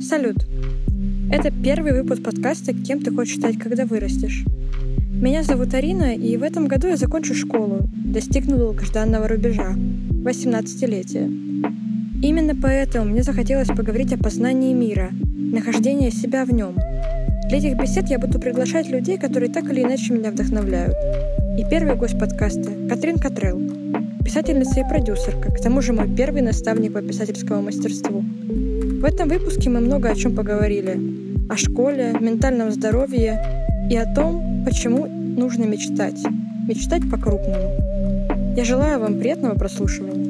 Салют! Это первый выпуск подкаста «Кем ты хочешь стать, когда вырастешь?». Меня зовут Арина, и в этом году я закончу школу, достигну долгожданного рубежа — 18-летия. Именно поэтому мне захотелось поговорить о познании мира, нахождении себя в нем. Для этих бесед я буду приглашать людей, которые так или иначе меня вдохновляют. И первый гость подкаста — Катрин Котрел, писательница и продюсерка, к тому же мой первый наставник по писательскому мастерству. В этом выпуске мы много о чем поговорили. О школе, ментальном здоровье и о том, почему нужно мечтать. Мечтать по-крупному. Я желаю вам приятного прослушивания.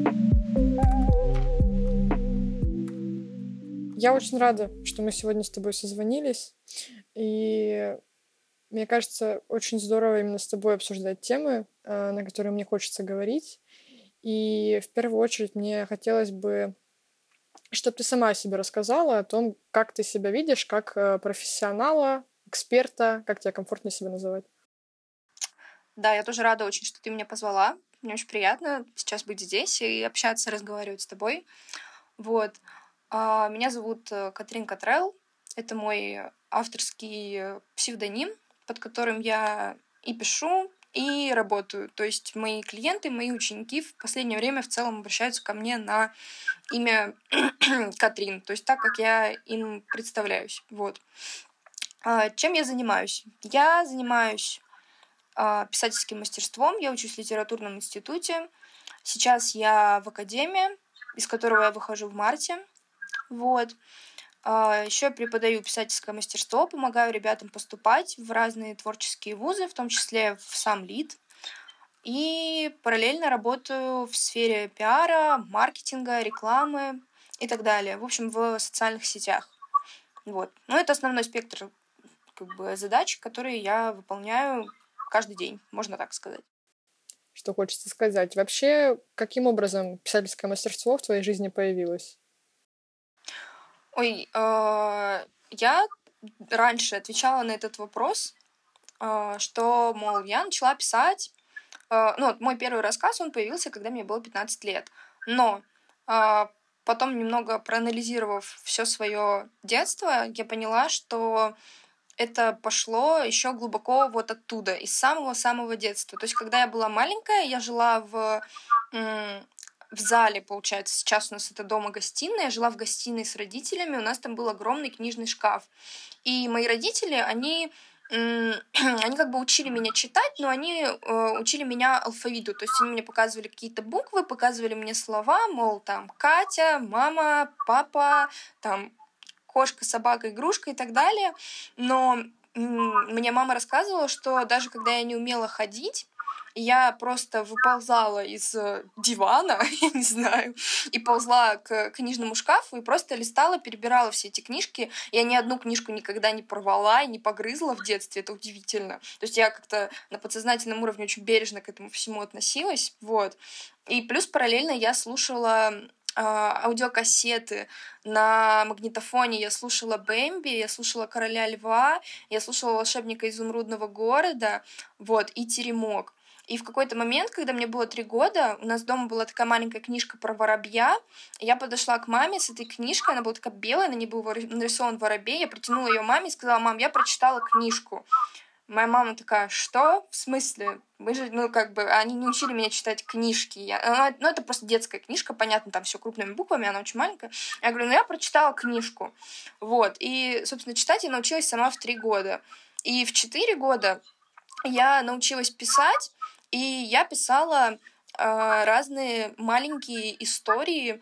Я очень рада, что мы сегодня с тобой созвонились. И мне кажется, очень здорово именно с тобой обсуждать темы, на которые мне хочется говорить. И в первую очередь мне хотелось бы, чтобы ты сама о себе рассказала, о том, как ты себя видишь, как профессионала, эксперта, как тебе комфортно себя называть. Да, я тоже рада очень, что ты меня позвала. Мне очень приятно сейчас быть здесь и общаться, разговаривать с тобой. Вот. Меня зовут Катрин Котрел. Это мой авторский псевдоним, под которым я и пишу, и работаю. То есть мои клиенты, мои ученики в последнее время в целом обращаются ко мне на имя Катрин, то есть так, как я им представляюсь. Вот. Чем я занимаюсь? Я занимаюсь писательским мастерством, я учусь в литературном институте. Сейчас я в академии, из которого я выхожу в марте. Вот. Еще я преподаю писательское мастерство, помогаю ребятам поступать в разные творческие вузы, в том числе в сам ЛИД. И параллельно работаю в сфере пиара, маркетинга, рекламы и так далее. В общем, в социальных сетях. Вот. Ну, это основной спектр задач, которые я выполняю каждый день, можно так сказать. Что хочется сказать. Вообще, каким образом писательское мастерство в твоей жизни появилось? Я раньше отвечала на этот вопрос, что, мол, я начала писать. Мой первый рассказ, он появился, когда мне было 15 лет. Но потом, немного проанализировав все свое детство, я поняла, что это пошло еще глубоко вот оттуда, из самого-самого детства. То есть, когда я была маленькая, я жила в зале, получается, сейчас у нас это дома-гостиная, я жила в гостиной с родителями, у нас там был огромный книжный шкаф. И мои родители, они учили меня читать, но они учили меня алфавиту. То есть они мне показывали какие-то буквы, показывали мне слова, мол, там Катя, мама, папа, там кошка, собака, игрушка и так далее. Но мне мама рассказывала, что даже когда я не умела ходить, я просто выползала из дивана, я не знаю, и ползла к книжному шкафу и просто листала, перебирала все эти книжки. Я ни одну книжку никогда не порвала и не погрызла в детстве, это удивительно. То есть я как-то на подсознательном уровне очень бережно к этому всему относилась, вот. И плюс параллельно я слушала аудиокассеты на магнитофоне. Я слушала Бэмби, я слушала Короля Льва, я слушала Волшебника изумрудного города, вот, и Теремок. И в какой-то момент, когда мне было 3 года, у нас дома была такая маленькая книжка про воробья. Я подошла к маме с этой книжкой, она была такая белая, на ней был нарисован воробей. Я протянула ее маме и сказала: «Мам, я прочитала книжку». Моя мама такая: «Что? В смысле? Мы же, они не учили меня читать книжки». Это просто детская книжка, понятно, там все крупными буквами, она очень маленькая. Я говорю: я прочитала книжку. Вот. И, собственно, читать я научилась сама в 3 года. И в 4 года я научилась писать, и я писала разные маленькие истории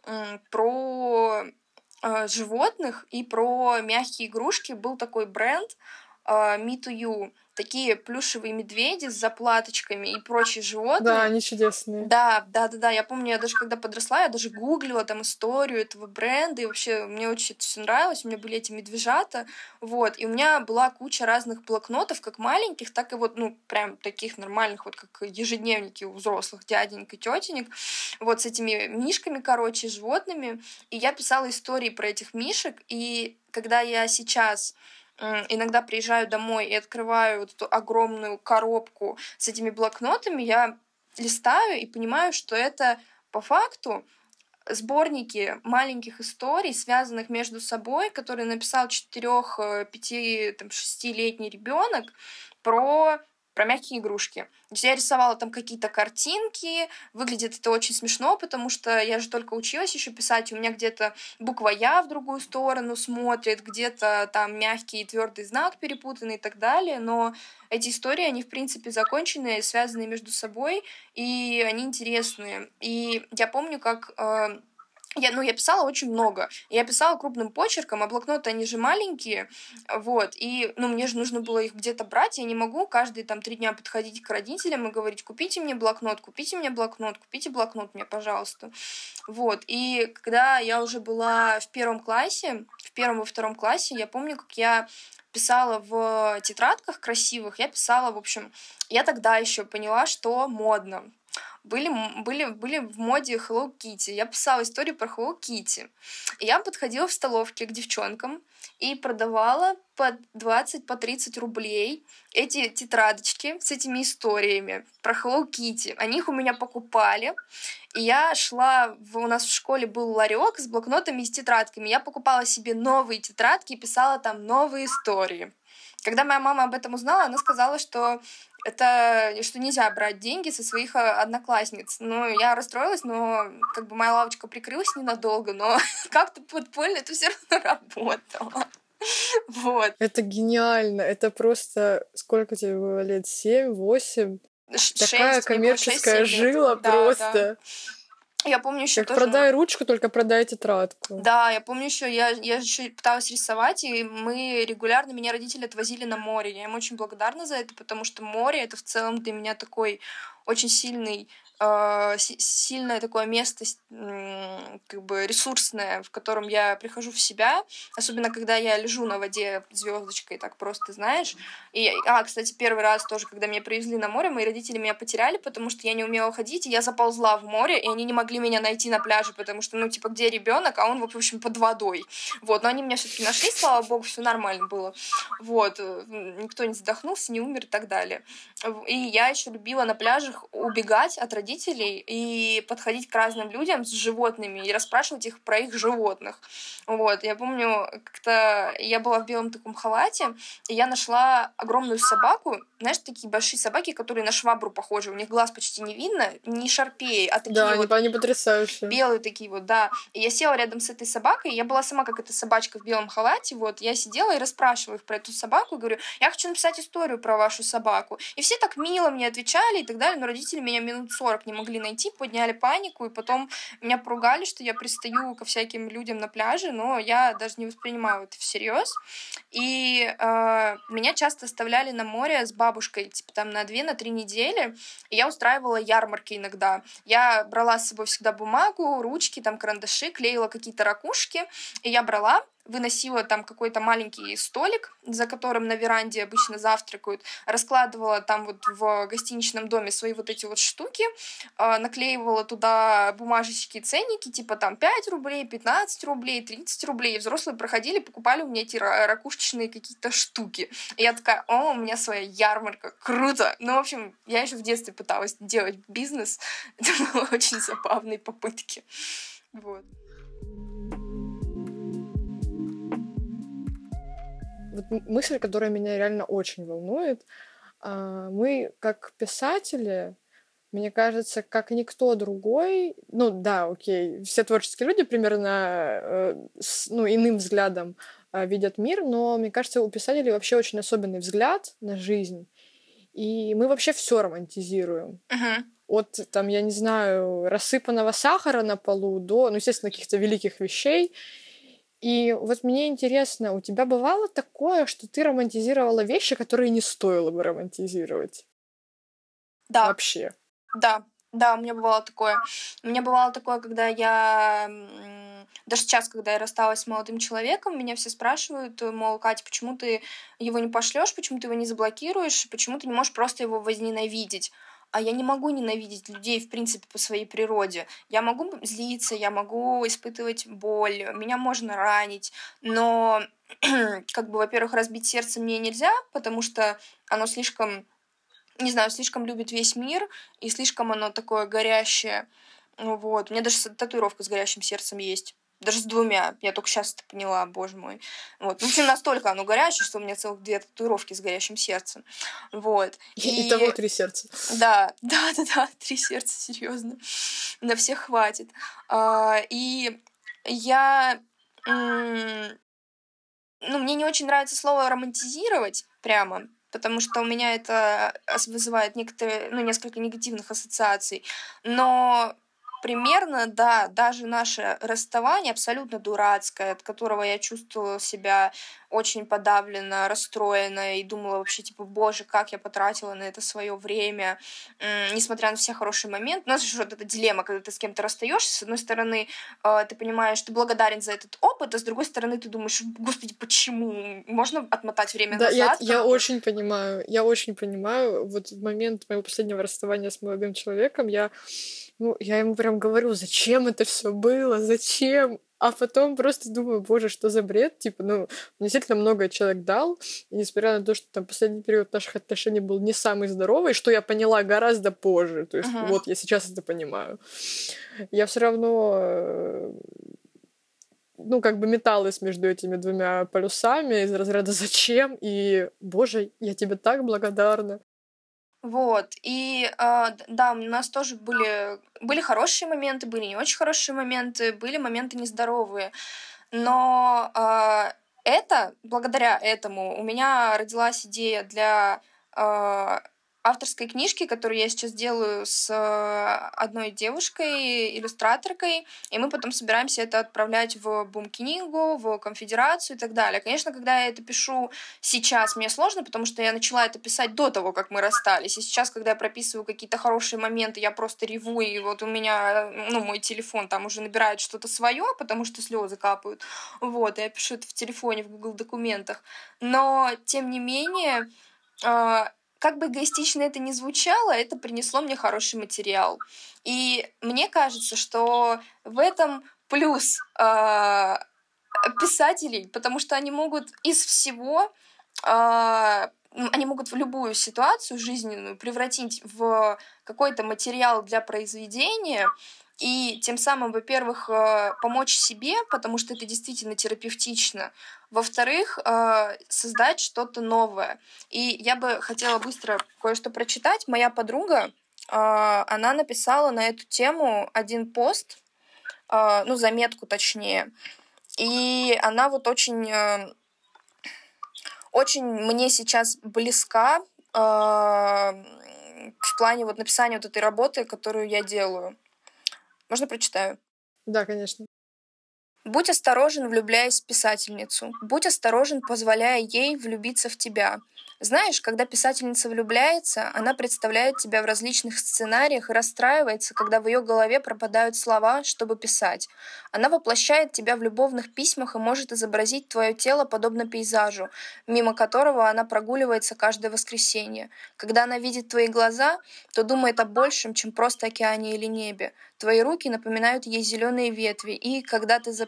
про животных и про мягкие игрушки. Был такой бренд Me to You, такие плюшевые медведи с заплаточками и прочие животные. Да, они чудесные. Да. Я помню, я даже когда подросла, я даже гуглила там историю этого бренда, и вообще мне очень это все нравилось. У меня были эти медвежата, вот, и у меня была куча разных блокнотов, как маленьких, так и прям таких нормальных, вот как ежедневники у взрослых дяденек и тетенек, вот с этими мишками, животными. И я писала истории про этих мишек, и когда я сейчас иногда приезжаю домой и открываю вот эту огромную коробку с этими блокнотами, я листаю и понимаю, что это по факту сборники маленьких историй, связанных между собой, которые написал 4, 5, 6-летний ребенок про мягкие игрушки. То есть я рисовала там какие-то картинки, выглядит это очень смешно, потому что я же только училась еще писать, у меня где-то буква «Я» в другую сторону смотрит, где-то там мягкий и твердый знак перепутанный и так далее, но эти истории, они, в принципе, законченные, связанные между собой, и они интересные. И я помню, как я писала очень много. Я писала крупным почерком, а блокноты, они же маленькие, вот, и, мне же нужно было их где-то брать, я не могу каждые 3 дня подходить к родителям и говорить: купите мне блокнот, купите блокнот мне, пожалуйста. Вот, и когда я уже была в 1 классе, в 1 во 2 классе, я помню, как я писала в тетрадках красивых, я писала, в общем, я тогда еще поняла, что модно. Были в моде Hello Kitty. Я писала историю про Hello Kitty. И я подходила в столовке к девчонкам и продавала по 20, по 30 рублей эти тетрадочки с этими историями про Hello Kitty. Они их у меня покупали. И я шла, у нас в школе был ларек с блокнотами и с тетрадками. Я покупала себе новые тетрадки и писала там новые истории. Когда моя мама об этом узнала, она сказала, что нельзя брать деньги со своих одноклассниц. Я расстроилась, но моя лавочка прикрылась ненадолго, но как-то подпольно это все равно работало. Вот. Это гениально. Это просто... Сколько тебе было лет? 7, 8? 6, такая коммерческая жила просто. Да. Я помню еще тоже... продай ручку, только продай тетрадку. Да, я помню еще, я еще пыталась рисовать, и меня родители отвозили на море. Я им очень благодарна за это, потому что море — это в целом для меня такой очень сильное такое место, ресурсное, в котором я прихожу в себя, особенно когда я лежу на воде звездочкой, так просто, знаешь. Кстати, 1 раз тоже, когда меня привезли на море, мои родители меня потеряли, потому что я не умела ходить, и я заползла в море, и они не могли меня найти на пляже, потому что, где ребенок, а он, в общем, под водой. Вот, но они меня все-таки нашли, слава богу, все нормально было. Вот, никто не задохнулся, не умер и так далее. И я еще любила на пляжах убегать от родителей и подходить к разным людям с животными и расспрашивать их про их животных. Вот, я помню, как-то я была в белом таком халате, и я нашла огромную собаку, знаешь, такие большие собаки, которые на швабру похожи, у них глаз почти не видно, не шарпеи, а такие они потрясающие. Белые такие да. И я села рядом с этой собакой, я была сама как эта собачка в белом халате, я сидела и расспрашивала их про эту собаку, говорю: я хочу написать историю про вашу собаку. И все так мило мне отвечали и так далее, но родители меня минут 40 не могли найти, подняли панику, и потом меня поругали, что я пристаю ко всяким людям на пляже, но я даже не воспринимала это всерьез. И меня часто оставляли на море с бабушкой, на 2-3 недели, и я устраивала ярмарки иногда. Я брала с собой всегда бумагу, ручки, карандаши, клеила какие-то ракушки, и я брала, выносила какой-то маленький столик, за которым на веранде обычно завтракают, раскладывала в гостиничном доме свои эти штуки, наклеивала туда бумажечки, ценники, 5 рублей, 15 рублей, 30 рублей, и взрослые проходили, покупали у меня эти ракушечные какие-то штуки. И я такая: у меня своя ярмарка, круто! В общем, я еще в детстве пыталась делать бизнес, это было очень забавные попытки. Вот. Мысль, которая меня реально очень волнует. Мы, как писатели, мне кажется, как никто другой, все творческие люди примерно иным взглядом видят мир, но мне кажется, у писателей вообще очень особенный взгляд на жизнь, и мы вообще все романтизируем. От, я не знаю, рассыпанного сахара на полу до, естественно, каких-то великих вещей. И мне интересно, у тебя бывало такое, что ты романтизировала вещи, которые не стоило бы романтизировать? Да. Вообще? Да, у меня бывало такое. У меня бывало такое, когда я... Даже сейчас, когда я рассталась с молодым человеком, меня все спрашивают, мол: Катя, почему ты его не пошлёшь, почему ты его не заблокируешь, почему ты не можешь просто его возненавидеть? А я не могу ненавидеть людей, в принципе, по своей природе. Я могу злиться, я могу испытывать боль, меня можно ранить, но, во-первых, разбить сердце мне нельзя, потому что оно слишком любит весь мир, и слишком оно такое горящее. Вот. У меня даже татуировка с горящим сердцем есть. Даже с 2. Я только сейчас это поняла, боже мой. Вот. В общем, настолько оно горячее, что у меня целых 2 татуировки с горящим сердцем. Вот. Итого 3 сердца. Да, 3 сердца, серьезно. На всех хватит. И я... мне не очень нравится слово романтизировать прямо, потому что у меня это вызывает несколько негативных ассоциаций. Но примерно, да, даже наше расставание абсолютно дурацкое, от которого я чувствовала себя очень подавленно, расстроена и думала вообще, боже, как я потратила на это свое время, несмотря на все хорошие моменты. У нас же вот эта дилемма, когда ты с кем-то расстаешься, с одной стороны, ты понимаешь, ты благодарен за этот опыт, а с другой стороны, ты думаешь, господи, почему? Можно отмотать время назад? Я очень понимаю. Вот в момент моего последнего расставания с молодым человеком я ему прям говорю, зачем это все было, зачем? А потом просто думаю, боже, что за бред? Действительно много человек дал, и несмотря на то, что там последний период наших отношений был не самый здоровый, что я поняла гораздо позже, то есть вот я сейчас это понимаю, я все равно металась между этими 2 полюсами из разряда «зачем?» и «боже, я тебе так благодарна». Вот, и да, у нас тоже были хорошие моменты, были не очень хорошие моменты, были моменты нездоровые, но благодаря этому у меня родилась идея для авторской книжки, которую я сейчас делаю с одной девушкой, иллюстраторкой, и мы потом собираемся это отправлять в Бумкнигу, в Конфедерацию и так далее. Конечно, когда я это пишу сейчас, мне сложно, потому что я начала это писать до того, как мы расстались, и сейчас, когда я прописываю какие-то хорошие моменты, я просто реву, и вот у меня, мой телефон там уже набирает что-то свое, потому что слезы капают, вот, я пишу это в телефоне, в Google документах, но, тем не менее, как бы эгоистично это ни звучало, это принесло мне хороший материал. И мне кажется, что в этом плюс писателей, потому что они могут из всего, они могут в любую ситуацию жизненную превратить в какой-то материал для произведения, и тем самым, во-первых, помочь себе, потому что это действительно терапевтично. Во-вторых, создать что-то новое. И я бы хотела быстро кое-что прочитать. Моя подруга, она написала на эту тему один пост, заметку точнее. И она вот очень мне сейчас близка в плане вот написания вот этой работы, которую я делаю. Можно прочитаю? Да, конечно. Будь осторожен, влюбляясь в писательницу. Будь осторожен, позволяя ей влюбиться в тебя. Знаешь, когда писательница влюбляется, она представляет тебя в различных сценариях и расстраивается, когда в ее голове пропадают слова, чтобы писать. Она воплощает тебя в любовных письмах и может изобразить твое тело подобно пейзажу, мимо которого она прогуливается каждое воскресенье. Когда она видит твои глаза, то думает о большем, чем просто океане или небе. Твои руки напоминают ей зеленые ветви, и когда ты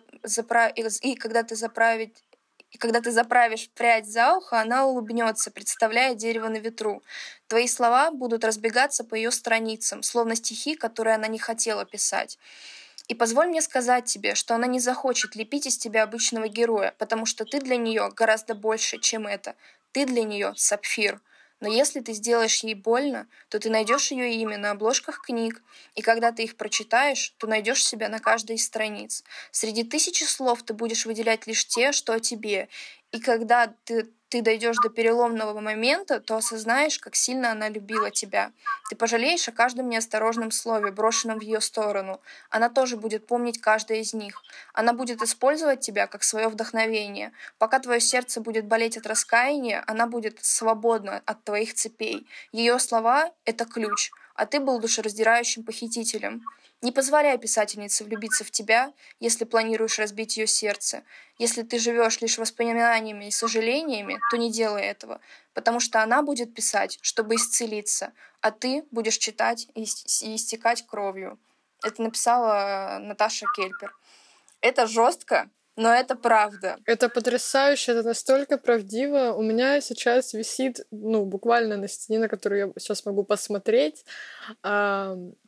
заправишь прядь за ухо, она улыбнется, представляя дерево на ветру. Твои слова будут разбегаться по ее страницам, словно стихи, которые она не хотела писать. И позволь мне сказать тебе, что она не захочет лепить из тебя обычного героя, потому что ты для нее гораздо больше, чем это. Ты для нее сапфир. Но если ты сделаешь ей больно, то ты найдешь ее имя на обложках книг, и когда ты их прочитаешь, то найдешь себя на каждой из страниц. Среди тысячи слов ты будешь выделять лишь те, что о тебе, и когда ты дойдешь до переломного момента, то осознаешь, как сильно она любила тебя. Ты пожалеешь о каждом неосторожном слове, брошенном в ее сторону. Она тоже будет помнить каждое из них. Она будет использовать тебя как свое вдохновение. Пока твое сердце будет болеть от раскаяния, она будет свободна от твоих цепей. Ее слова — это ключ, а ты был душераздирающим похитителем. Не позволяй писательнице влюбиться в тебя, если планируешь разбить ее сердце. Если ты живешь лишь воспоминаниями и сожалениями, то не делай этого, потому что она будет писать, чтобы исцелиться, а ты будешь читать и истекать кровью. Это написала Наташа Кельпер. Это жестко, но это правда. Это потрясающе, это настолько правдиво. У меня сейчас висит, буквально на стене, на которую я сейчас могу посмотреть,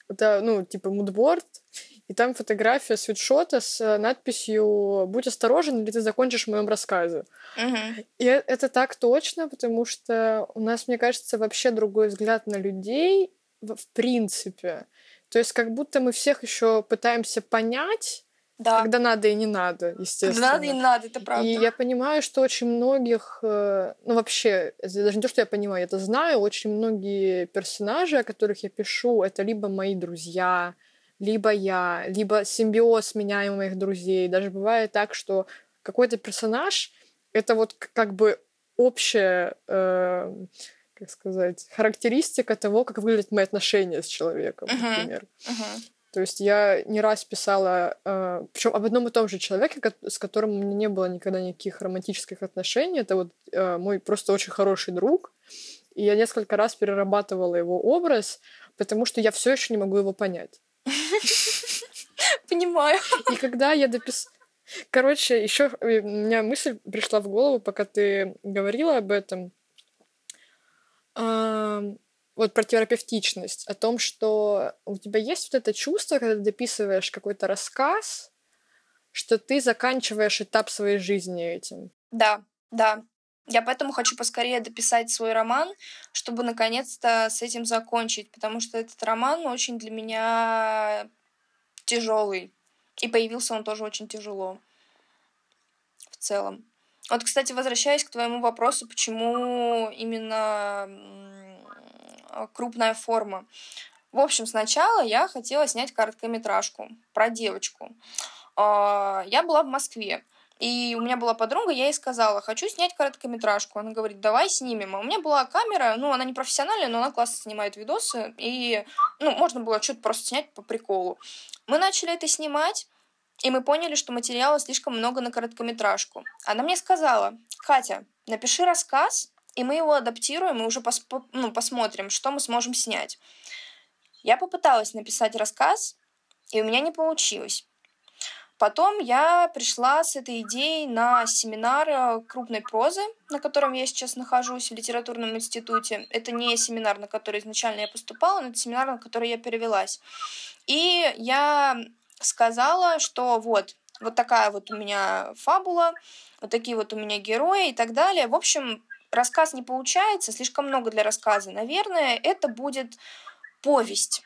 Это, ну, типа мудборд, и там фотография свитшота с надписью «Будь осторожен, или ты закончишь в моем рассказе». И это так точно, потому что у нас, мне кажется, вообще другой взгляд на людей в принципе. То есть как будто мы всех еще пытаемся понять, Да. когда надо и не надо, естественно. Когда надо и не надо, это правда. И я понимаю, что очень многих, ну вообще, это даже не то, что я понимаю, я это знаю, очень многие персонажи, о которых я пишу, это либо мои друзья, либо я, либо симбиоз меня и моих друзей. Даже бывает так, что какой-то персонаж — это вот как бы общая, как сказать, характеристика того, как выглядят мои отношения с человеком, например. То есть я не раз писала, причем об одном и том же человеке, с которым у меня не было никогда никаких романтических отношений. Это вот мой просто очень хороший друг. И я несколько раз перерабатывала его образ, потому что я все еще не могу его понять. Понимаю. И когда я Короче, еще у меня мысль пришла в голову, пока ты говорила об этом. Вот про терапевтичность, о том, что у тебя есть вот это чувство, когда ты дописываешь какой-то рассказ, что ты заканчиваешь этап своей жизни этим. Да, да. Я поэтому хочу поскорее дописать свой роман, чтобы наконец-то с этим закончить, потому что этот роман очень для меня тяжелый. И появился он тоже очень тяжело в целом. Вот, кстати, возвращаясь к твоему вопросу, почему именно крупная форма. В общем, сначала я хотела снять короткометражку про девочку. Я была в Москве, и у меня была подруга, я ей сказала, хочу снять короткометражку. Она говорит, давай снимем. А у меня была камера, ну, она не профессиональная, но она классно снимает видосы, и, ну, можно было что-то просто снять по приколу. Мы начали это снимать, и мы поняли, что материала слишком много на короткометражку. Она мне сказала, Катя, напиши рассказ, и мы его адаптируем, и уже посмотрим, что мы сможем снять. Я попыталась написать рассказ, и у меня не получилось. Потом я пришла с этой идеей на семинар крупной прозы, на котором я сейчас нахожусь в литературном институте. Это не семинар, на который изначально я поступала, но это семинар, на который я перевелась. И я сказала, что вот такая вот у меня фабула, вот такие вот у меня герои и так далее. В общем, рассказ не получается, слишком много для рассказа. Наверное, это будет повесть.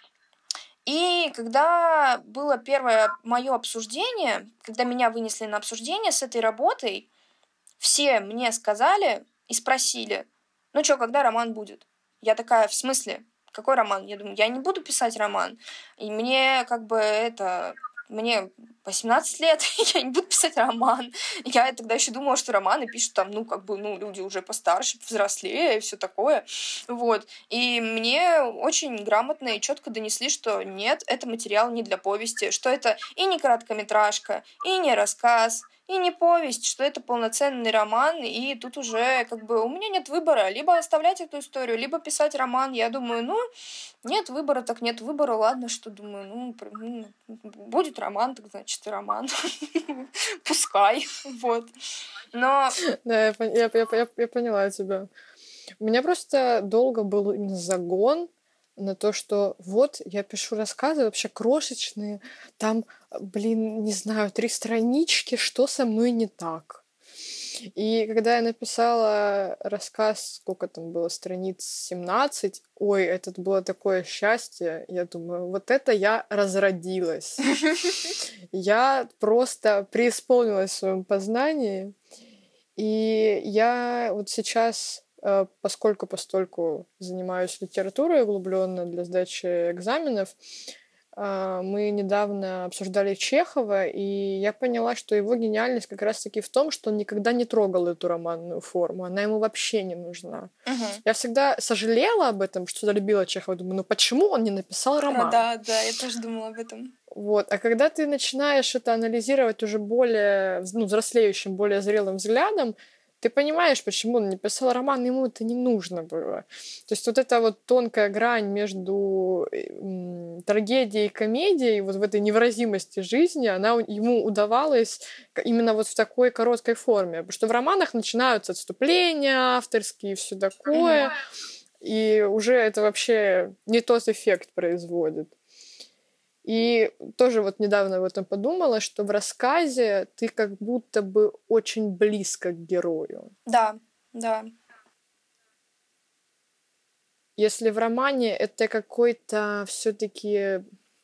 И когда было первое мое обсуждение, когда меня вынесли на обсуждение с этой работой, все мне сказали и спросили, ну что, когда роман будет? Я такая, в смысле? Какой роман? Я думаю, я не буду писать роман. И мне мне 18 лет, я не буду писать роман. Я тогда еще думала, что романы пишут там, люди уже постарше, повзрослее и все такое. Вот. И мне очень грамотно и четко донесли, что нет, это материал не для повести, что это и не короткометражка, и не рассказ, и не повесть, что это полноценный роман, и тут уже у меня нет выбора. Либо оставлять эту историю, либо писать роман. Я думаю, нет выбора, так нет выбора, ладно, что думаю, будет роман, так значит и роман. Пускай, вот. Но... Да, я поняла тебя. У меня просто долго был загон на то, что вот, я пишу рассказы вообще крошечные, там, не знаю, 3 странички, что со мной не так. И когда я написала рассказ, сколько там было, страниц 17, ой, это было такое счастье, я думаю, вот это я разродилась. Я просто преисполнилась в своем познании, и я вот сейчас... Постольку занимаюсь литературой углубленно для сдачи экзаменов, мы недавно обсуждали Чехова, и я поняла, что его гениальность как раз-таки в том, что он никогда не трогал эту романную форму, она ему вообще не нужна. Я всегда сожалела об этом, что залюбила Чехова, думаю, почему он не написал роман? Да, я тоже думала об этом. Вот. А когда ты начинаешь это анализировать уже более взрослеющим, более зрелым взглядом, ты понимаешь, почему он не писал роман, ему это не нужно было. То есть вот эта вот тонкая грань между трагедией и комедией, вот в этой невыразимости жизни, она ему удавалась именно вот в такой короткой форме. Потому что в романах начинаются отступления авторские и все такое, и уже это вообще не тот эффект производит. И тоже вот недавно об этом подумала, что в рассказе ты как будто бы очень близко к герою. Да, да. Если в романе это какой-то все-таки,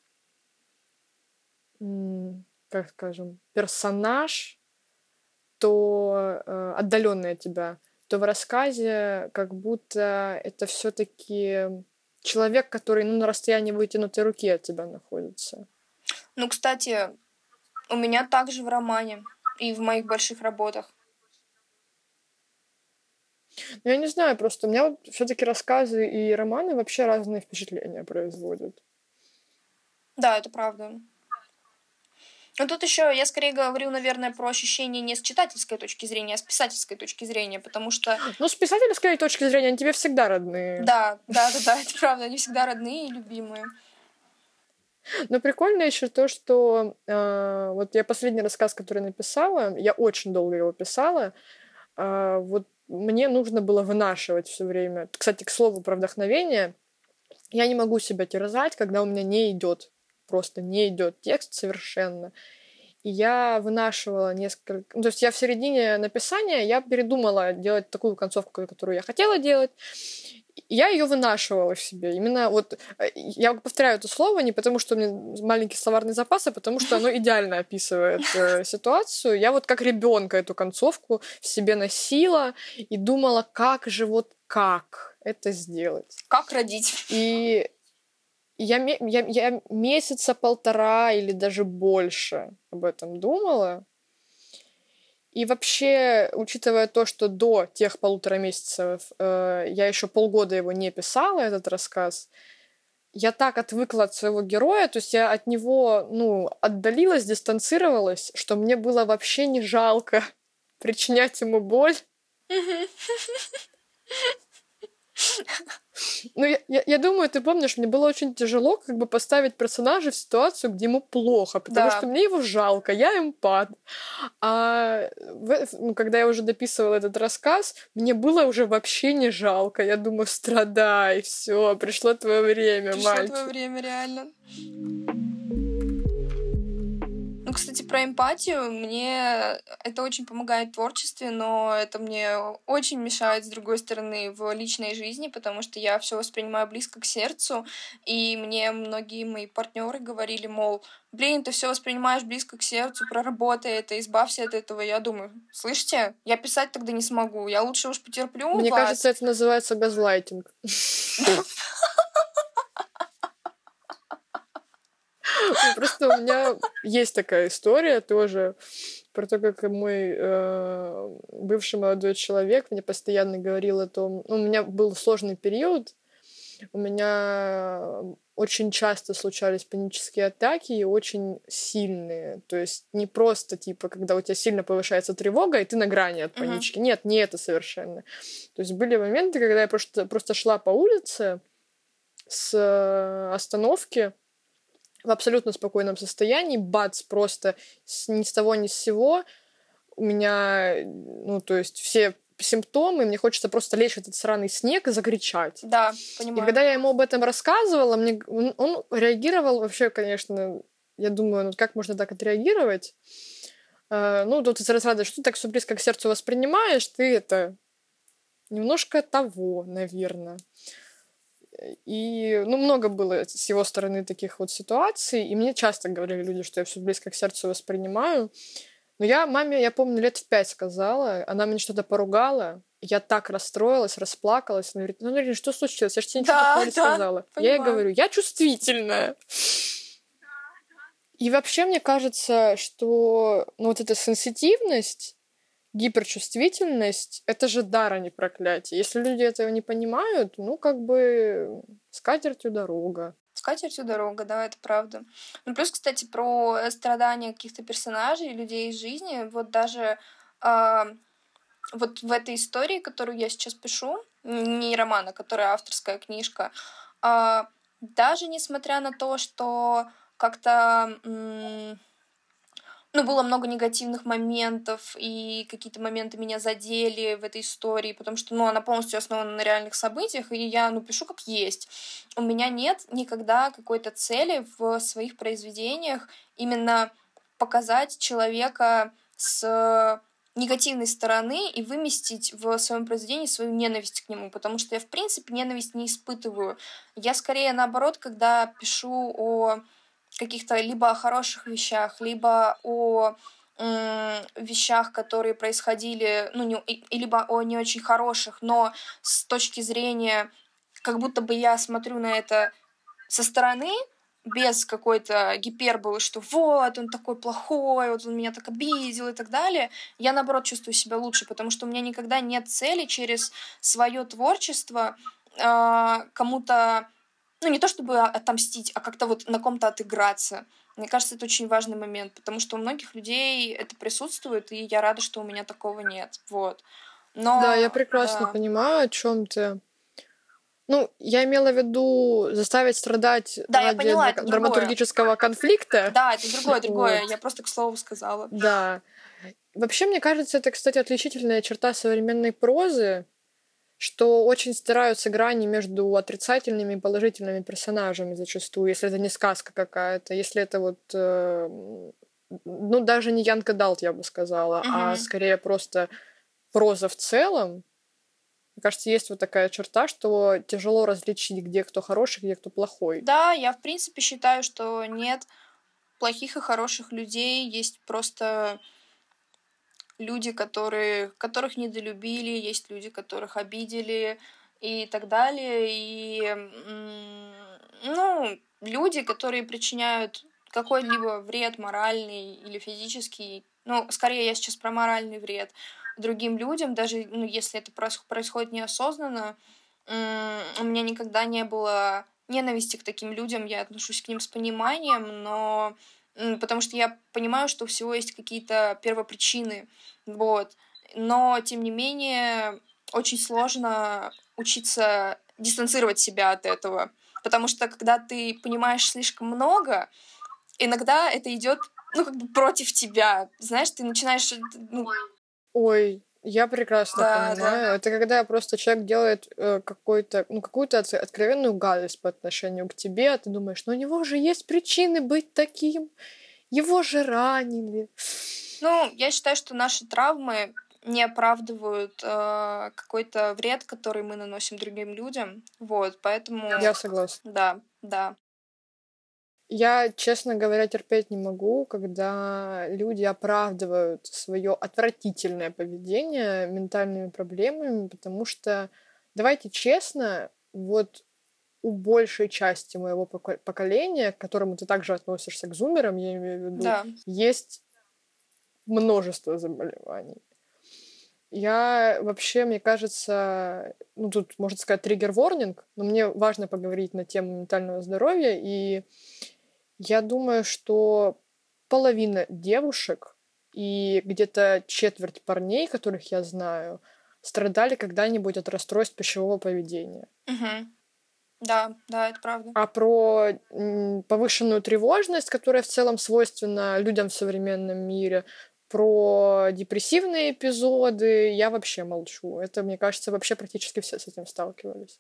как скажем, персонаж, то отдаленный от тебя, то в рассказе как будто это все-таки человек, который на расстоянии вытянутой руки от тебя находится. Ну, кстати, у меня также в романе и в моих больших работах. Я не знаю, просто у меня вот все-таки рассказы и романы вообще разные впечатления производят. Да, это правда. Но тут еще я скорее говорю, наверное, про ощущение не с читательской точки зрения, а с писательской точки зрения, потому что... Ну, с писательской точки зрения они тебе всегда родные. Да, это правда, они всегда родные и любимые. Но прикольно еще то, что вот я последний рассказ, который написала, я очень долго его писала, вот мне нужно было вынашивать все время. Кстати, к слову про вдохновение, я не могу себя терзать, когда у меня не идет, просто не идет текст совершенно. И я вынашивала несколько... Ну, то есть я в середине написания, я передумала делать такую концовку, которую я хотела делать. Я ее вынашивала в себе. Именно вот... Я повторяю это слово не потому, что у меня маленький словарный запас, а потому, что оно идеально описывает ситуацию. Я вот как ребенка эту концовку в себе носила и думала, как же вот как это сделать. Как родить. И я месяца полтора или даже больше об этом думала. И вообще, учитывая то, что до тех 1,5 месяцев я еще полгода его не писала, этот рассказ, я так отвыкла от своего героя, то есть я от него, отдалилась, дистанцировалась, что мне было вообще не жалко причинять ему боль. Ну, я думаю, ты помнишь, мне было очень тяжело как бы поставить персонажа в ситуацию, где ему плохо, потому что мне его жалко, я эмпат. А когда я уже дописывала этот рассказ, мне было уже вообще не жалко. Я думаю, страдай, все, пришло твое время, мальчик. Пришло твое время, реально. Ну, кстати, про эмпатию. Мне это очень помогает в творчестве, но это мне очень мешает, с другой стороны, в личной жизни, потому что я все воспринимаю близко к сердцу, и мне многие мои партнеры говорили, мол, блин, ты все воспринимаешь близко к сердцу, проработай это, избавься от этого. Я думаю, слышите, я писать тогда не смогу, я лучше уж потерплю Мне вас. кажется, это называется газлайтинг. Просто у меня есть такая история тоже про то, как мой бывший молодой человек мне постоянно говорил о том... у меня был сложный период, у меня очень часто случались панические атаки и очень сильные. То есть не просто, когда у тебя сильно повышается тревога, и ты на грани от панички. Нет, не это совершенно. То есть были моменты, когда я просто шла по улице с остановки, в абсолютно спокойном состоянии, бац, просто ни с того ни с сего у меня, то есть все симптомы, мне хочется просто лечь в этот сраный снег и закричать. Да, понимаю. И когда я ему об этом рассказывала, он реагировал вообще, конечно, я думаю, как можно так отреагировать? Тут ты сразу радуешься, что ты так все близко к сердцу воспринимаешь, ты это немножко того, наверное. И, много было с его стороны таких вот ситуаций, и мне часто говорили люди, что я все близко к сердцу воспринимаю. Но я маме, я помню, лет в 5 сказала, она мне что-то поругала, я так расстроилась, расплакалась. Она говорит, Ирина, что случилось? Я же тебе ничего такого не сказала. Понимаю. Я ей говорю, я чувствительная. И вообще мне кажется, что вот эта сенситивность, гиперчувствительность — это же дар, а не проклятие. Если люди этого не понимают, с катертью дорога. С катертью дорога, да, это правда. Плюс, кстати, про страдания каких-то персонажей, людей из жизни, вот даже вот в этой истории, которую я сейчас пишу, не роман, а которая авторская книжка, даже несмотря на то, что как-то было много негативных моментов, и какие-то моменты меня задели в этой истории, потому что, она полностью основана на реальных событиях, и я, пишу как есть. У меня нет никогда какой-то цели в своих произведениях именно показать человека с негативной стороны и выместить в своем произведении свою ненависть к нему, потому что я, в принципе, ненависть не испытываю. Я скорее, наоборот, когда пишу о каких-то либо о хороших вещах, либо о вещах, которые происходили, либо о не очень хороших, но с точки зрения, как будто бы я смотрю на это со стороны, без какой-то гиперболы, что вот, он такой плохой, вот он меня так обидел и так далее, я, наоборот, чувствую себя лучше, потому что у меня никогда нет цели через свое творчество кому-то, не то чтобы отомстить, а как-то вот на ком-то отыграться. Мне кажется, это очень важный момент, потому что у многих людей это присутствует, и я рада, что у меня такого нет. Вот. Но, да, я прекрасно понимаю, о чем ты. Я имела в виду заставить страдать ради драматургического конфликта. Да, это другое. Вот. Я просто к слову сказала. Да. Вообще, мне кажется, это, кстати, отличительная черта современной прозы, что очень стираются грани между отрицательными и положительными персонажами зачастую, если это не сказка какая-то, если это вот, даже не Янка Далт, я бы сказала, а скорее просто проза в целом. Мне кажется, есть вот такая черта, что тяжело различить, где кто хороший, где кто плохой. Да, я, в принципе, считаю, что нет плохих и хороших людей, есть просто люди, которых недолюбили, есть люди, которых обидели и так далее. И, люди, которые причиняют какой-либо вред моральный или физический, скорее я сейчас про моральный вред другим людям, даже если это происходит неосознанно, у меня никогда не было ненависти к таким людям, я отношусь к ним с пониманием, но потому что я понимаю, что у всего есть какие-то первопричины, вот. Но, тем не менее, очень сложно учиться дистанцировать себя от этого, потому что, когда ты понимаешь слишком много, иногда это идет, против тебя, знаешь, ты начинаешь... Ой, я прекрасно понимаю. Да. Это когда просто человек делает какую-то откровенную гадость по отношению к тебе, а ты думаешь, у него же есть причины быть таким, его же ранили. Я считаю, что наши травмы не оправдывают какой-то вред, который мы наносим другим людям. Вот, поэтому... Я согласна. Да. Я, честно говоря, терпеть не могу, когда люди оправдывают свое отвратительное поведение ментальными проблемами, потому что, давайте честно, вот у большей части моего поколения, к которому ты также относишься, к зумерам, я имею в виду, есть множество заболеваний. Я вообще, мне кажется, тут, можно сказать, триггер-ворнинг, но мне важно поговорить на тему ментального здоровья, и я думаю, что половина девушек и где-то четверть парней, которых я знаю, страдали когда-нибудь от расстройств пищевого поведения. Угу. Да, это правда. А про повышенную тревожность, которая в целом свойственна людям в современном мире, про депрессивные эпизоды я вообще молчу. Это, мне кажется, вообще практически все с этим сталкивались.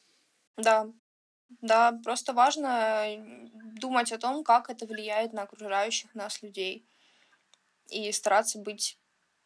Да, просто важно думать о том, как это влияет на окружающих нас людей. И стараться быть,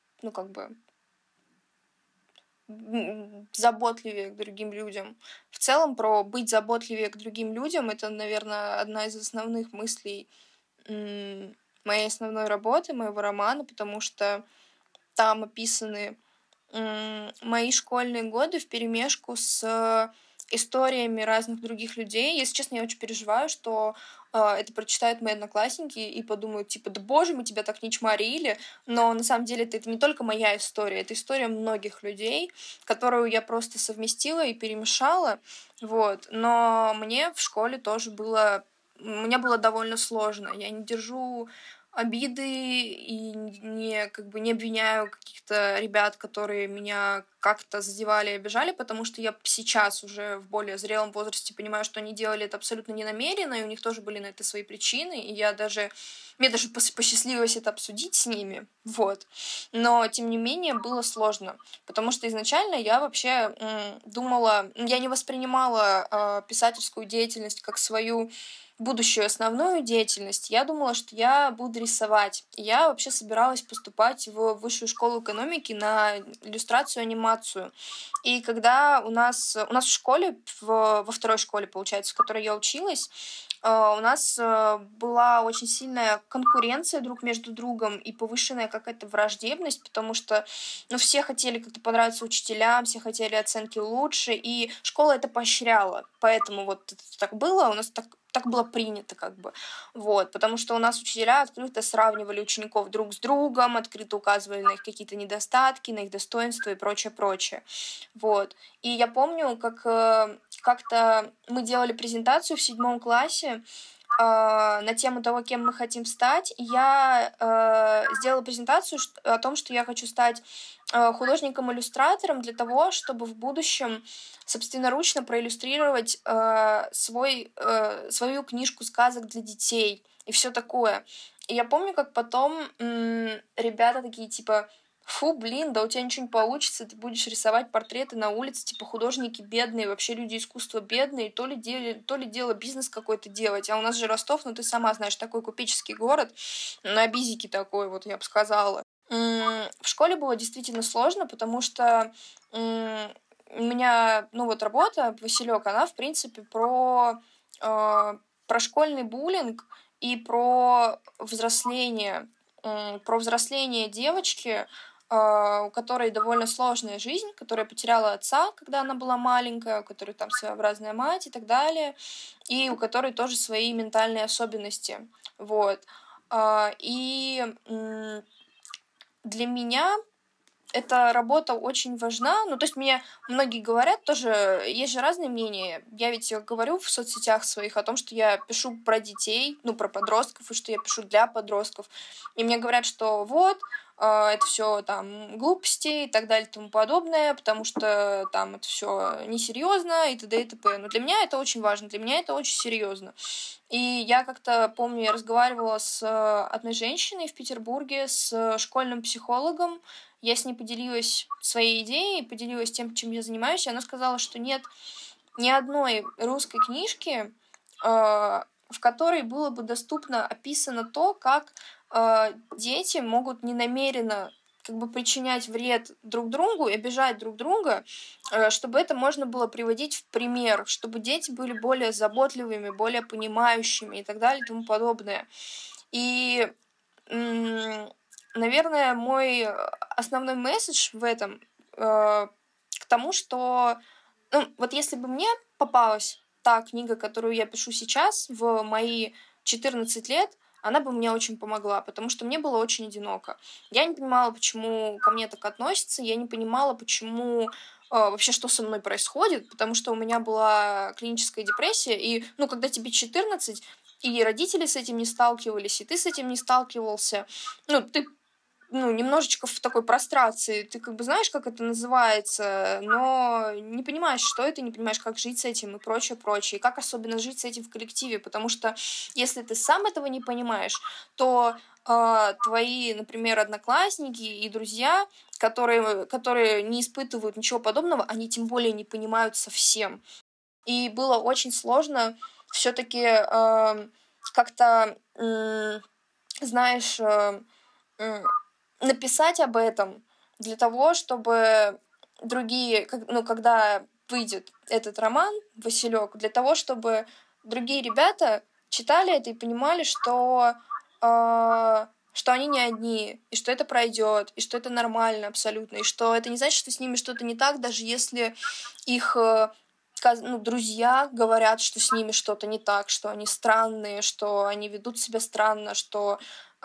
заботливее к другим людям. В целом, про быть заботливее к другим людям — это, наверное, одна из основных мыслей моей основной работы, моего романа, потому что там описаны мои школьные годы вперемешку с историями разных других людей. Если честно, я очень переживаю, что это прочитают мои одноклассники и подумают, да боже, мы тебя так не чморили. Но на самом деле это не только моя история, это история многих людей, которую я просто совместила и перемешала. Вот. Но мне в школе тоже было довольно сложно. Я не держу обиды и не обвиняю каких-то ребят, которые меня как-то задевали и обижали, потому что я сейчас уже в более зрелом возрасте понимаю, что они делали это абсолютно ненамеренно, и у них тоже были на это свои причины, и мне даже посчастливилось это обсудить с ними, вот. Но, тем не менее, было сложно, потому что изначально я вообще думала, я не воспринимала писательскую деятельность как свою будущую основную деятельность. Я думала, что я буду рисовать. Я вообще собиралась поступать в высшую школу экономики на иллюстрацию, анимацию. И когда у нас в школе, во второй школе, получается, в которой я училась, у нас была очень сильная конкуренция друг между другом и повышенная какая-то враждебность, потому что все хотели как-то понравиться учителям, все хотели оценки лучше, и школа это поощряла. Поэтому вот это так было, у нас так было принято, как бы. Вот, потому что у нас учителя открыто сравнивали учеников друг с другом, открыто указывали на их какие-то недостатки, на их достоинства и прочее. Вот. И я помню, как-то мы делали презентацию в 7 классе на тему того, кем мы хотим стать. И я сделала презентацию о том, что я хочу стать художником-иллюстратором для того, чтобы в будущем собственноручно проиллюстрировать свою книжку сказок для детей и все такое. И я помню, как потом ребята такие, типа, фу, блин, да у тебя ничего не получится, ты будешь рисовать портреты на улице, типа, художники бедные, вообще люди искусства бедные, то ли дело бизнес какой-то делать, а у нас же Ростов, ты сама знаешь, такой купеческий город, на бизике такой, вот я бы сказала. В школе было действительно сложно, потому что у меня, работа «Василек», она, в принципе, про школьный буллинг и про взросление девочки, у которой довольно сложная жизнь, которая потеряла отца, когда она была маленькая, у которой там своеобразная мать и так далее, и у которой тоже свои ментальные особенности. Вот. И для меня эта работа очень важна. То есть мне многие говорят тоже, есть же разные мнения. Я ведь говорю в соцсетях своих о том, что я пишу про детей, про подростков, и что я пишу для подростков. И мне говорят, что вот, это все там глупости и так далее и тому подобное, потому что там это все несерьезно и т.д. и т.п. Но для меня это очень важно, для меня это очень серьезно. И я как-то помню, я разговаривала с одной женщиной в Петербурге, с школьным психологом. Я с ней поделилась своей идеей, поделилась тем, чем я занимаюсь, и она сказала, что нет ни одной русской книжки, в которой было бы доступно описано то, как дети могут ненамеренно причинять вред друг другу и обижать друг друга, чтобы это можно было приводить в пример, чтобы дети были более заботливыми, более понимающими и так далее и тому подобное. И, наверное, мой основной месседж в этом к тому, что вот если бы мне попалась та книга, которую я пишу сейчас, в мои 14 лет, она бы мне очень помогла, потому что мне было очень одиноко. Я не понимала, почему ко мне так относятся, я не понимала, почему вообще, что со мной происходит, потому что у меня была клиническая депрессия, и, когда тебе 14, и родители с этим не сталкивались, и ты с этим не сталкивался, ты немножечко в такой прострации. Ты знаешь, как это называется, но не понимаешь, что это, не понимаешь, как жить с этим и прочее. И как особенно жить с этим в коллективе, потому что если ты сам этого не понимаешь, то твои, например, одноклассники и друзья, которые не испытывают ничего подобного, они тем более не понимают совсем. И было очень сложно все-таки как-то, знаешь, написать об этом для того, чтобы другие, когда выйдет этот роман «Василек», для того, чтобы другие ребята читали это и понимали, что они не одни, и что это пройдет, и что это нормально абсолютно, и что это не значит, что с ними что-то не так, даже если их друзья говорят, что с ними что-то не так, что они странные, что они ведут себя странно, что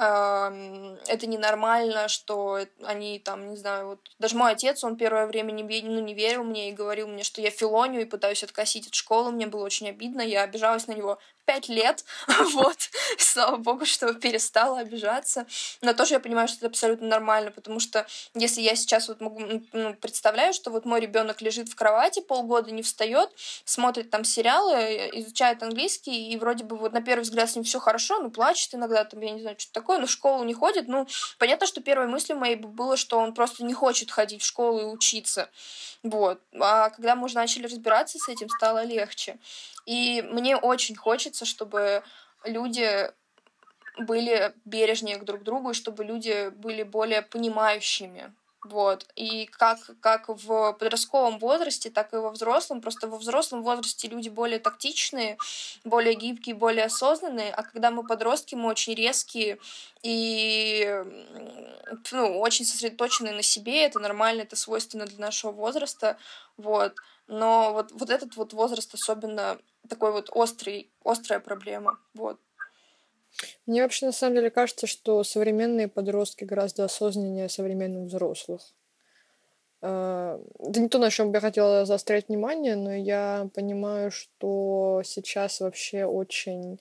это ненормально, что они там, не знаю, вот даже мой отец, он первое время не верил мне и говорил мне, что я филоню и пытаюсь откосить от школы, мне было очень обидно, я обижалась на него 5 лет, вот, слава богу, что перестала обижаться, но тоже я понимаю, что это абсолютно нормально, потому что если я сейчас вот могу, представляю, что вот мой ребенок лежит в кровати полгода, не встает, смотрит там сериалы, изучает английский, и вроде бы вот на первый взгляд с ним все хорошо, ну, плачет иногда, там, я не знаю, что такое, но в школу не ходит, ну, понятно, что первой мыслью моей было, что он просто не хочет ходить в школу и учиться, вот, а когда мы уже начали разбираться с этим, стало легче. И мне очень хочется, чтобы люди были бережнее друг к другу, и чтобы люди были более понимающими. Вот. И как в подростковом возрасте, так и во взрослом. Просто во взрослом возрасте люди более тактичные, более гибкие, более осознанные, а когда мы подростки, мы очень резкие и очень сосредоточенные на себе. Это нормально, это свойственно для нашего возраста. Вот. Но вот этот вот возраст особенно такой вот острая проблема. Вот. Мне вообще на самом деле кажется, что современные подростки гораздо осознаннее современных взрослых. Это не то, на чем я хотела заострять внимание, но я понимаю, что сейчас вообще очень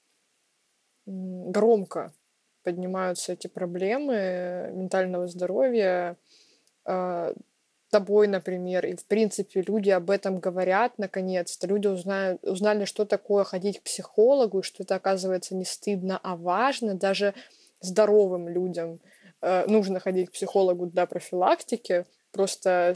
громко поднимаются эти проблемы ментального здоровья. Тобой, например, и, в принципе, люди об этом говорят, наконец-то. Люди узнали, что такое ходить к психологу, и что это, оказывается, не стыдно, а важно. Даже здоровым людям нужно ходить к психологу для профилактики, просто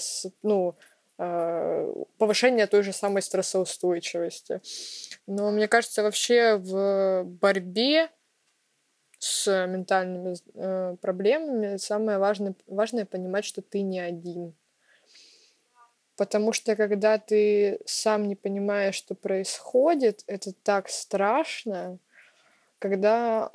повышение той же самой стрессоустойчивости. Но мне кажется, вообще в борьбе с ментальными проблемами самое важное понимать, что ты не один. Потому что когда ты сам не понимаешь, что происходит, это так страшно. Когда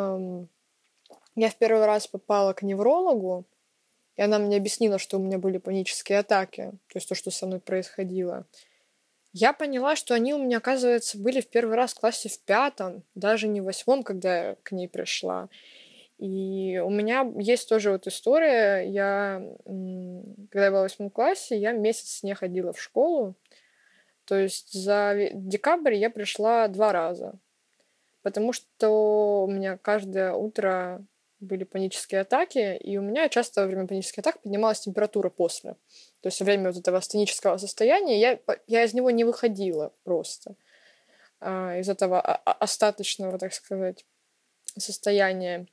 я в первый раз попала к неврологу, и она мне объяснила, что у меня были панические атаки, то есть то, что со мной происходило, я поняла, что они у меня, оказывается, были в первый раз в классе в 5, даже не в 8, когда я к ней пришла. И у меня есть тоже вот история. Когда я была в 8 классе, я месяц не ходила в школу. То есть за декабрь я пришла 2 раза. Потому что у меня каждое утро были панические атаки, и у меня часто во время панических атак поднималась температура после. То есть во время вот этого астенического состояния я из него не выходила просто. Из этого остаточного, так сказать, состояния.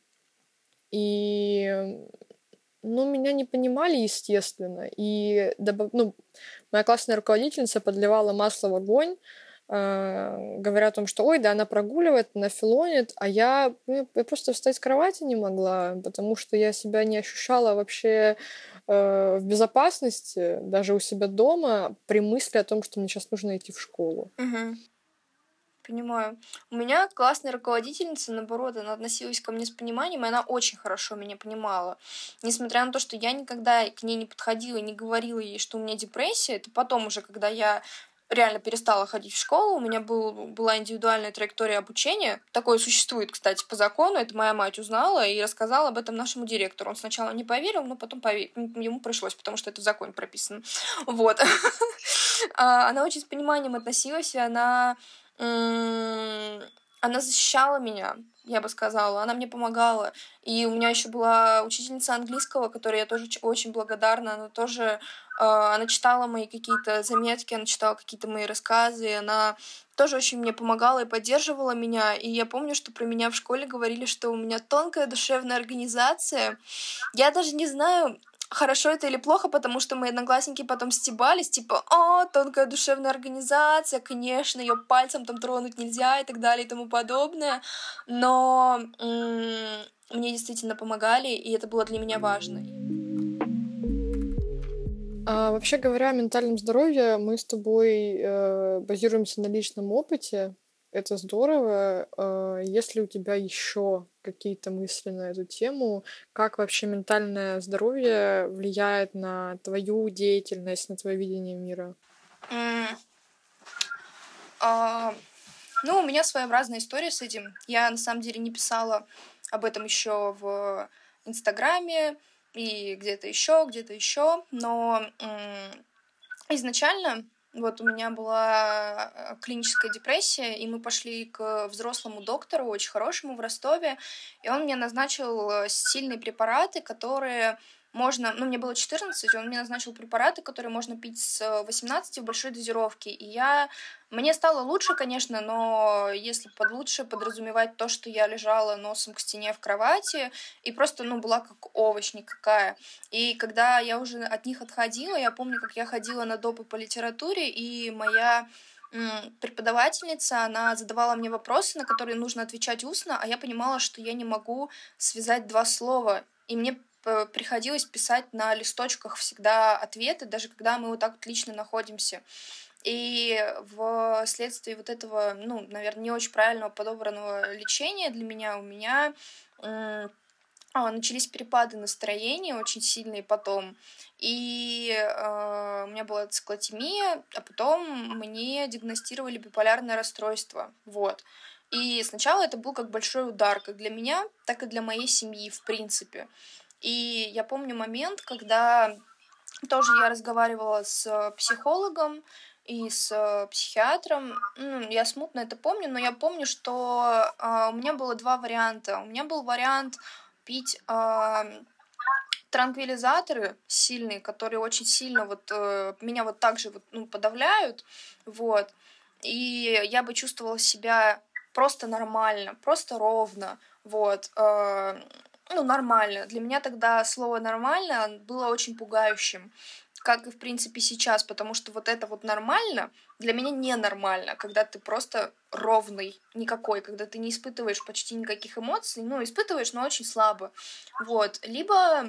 И, меня не понимали, естественно. И моя классная руководительница подливала масло в огонь, говоря о том, что ой, да, она прогуливает, она филонит, а я просто встать с кровати не могла, потому что я себя не ощущала вообще в безопасности, даже у себя дома, при мысли о том, что мне сейчас нужно идти в школу. Угу. Понимаю. У меня классная руководительница, наоборот, она относилась ко мне с пониманием, и она очень хорошо меня понимала. Несмотря на то, что я никогда к ней не подходила, не говорила ей, что у меня депрессия, это потом уже, когда я реально перестала ходить в школу, у меня была индивидуальная траектория обучения. Такое существует, кстати, по закону. Это моя мать узнала и рассказала об этом нашему директору. Он сначала не поверил, но потом ему пришлось, потому что это в законе прописано. Вот. Она очень с пониманием относилась, и она защищала меня, я бы сказала, она мне помогала. И у меня еще была учительница английского, которой я тоже очень благодарна. Она тоже она читала мои какие-то заметки, она читала какие-то мои рассказы, и она тоже очень мне помогала и поддерживала меня. И я помню, что про меня в школе говорили, что у меня тонкая душевная организация. Я даже не знаю, хорошо это или плохо, потому что мои одноклассники потом стебались, типа, тонкая душевная организация, конечно, ее пальцем там тронуть нельзя и так далее и тому подобное, но мне действительно помогали, и это было для меня важно. Вообще говоря о ментальном здоровье, мы с тобой базируемся на личном опыте. Это здорово. Есть ли у тебя еще какие-то мысли на эту тему? Как вообще ментальное здоровье влияет на твою деятельность, на твое видение мира? У меня своеобразная история с этим. Я, на самом деле, не писала об этом еще в Инстаграме и где-то еще, но изначально Вот у меня была клиническая депрессия, и мы пошли к взрослому доктору, очень хорошему, в Ростове, и он мне назначил сильные препараты, которые можно... Ну, мне было 14, он мне назначил препараты, которые можно пить с 18 в большой дозировке. И мне стало лучше, конечно, но если под лучше подразумевать то, что я лежала носом к стене в кровати и просто, была как овощ никакая. И когда я уже от них отходила, я помню, как я ходила на допы по литературе, и моя преподавательница, она задавала мне вопросы, на которые нужно отвечать устно, а я понимала, что я не могу связать два слова. И мне приходилось писать на листочках всегда ответы, даже когда мы вот так вот лично находимся. И вследствие вот этого, наверное, не очень правильного подобранного лечения для меня у меня начались перепады настроения очень сильные потом. И у меня была циклотемия, а потом мне диагностировали биполярное расстройство. Вот. И сначала это был как большой удар, как для меня, так и для моей семьи, в принципе. И я помню момент, когда тоже я разговаривала с психологом и с психиатром. Я смутно это помню, но я помню, что у меня было два варианта. У меня был вариант пить транквилизаторы сильные, которые очень сильно меня вот так же подавляют, вот. И я бы чувствовала себя просто нормально, просто ровно, вот. Нормально. Для меня тогда слово «нормально» было очень пугающим, как и, в принципе, сейчас, потому что вот это вот «нормально» для меня ненормально, когда ты просто ровный, никакой, когда ты не испытываешь почти никаких эмоций, испытываешь, но очень слабо, вот. Либо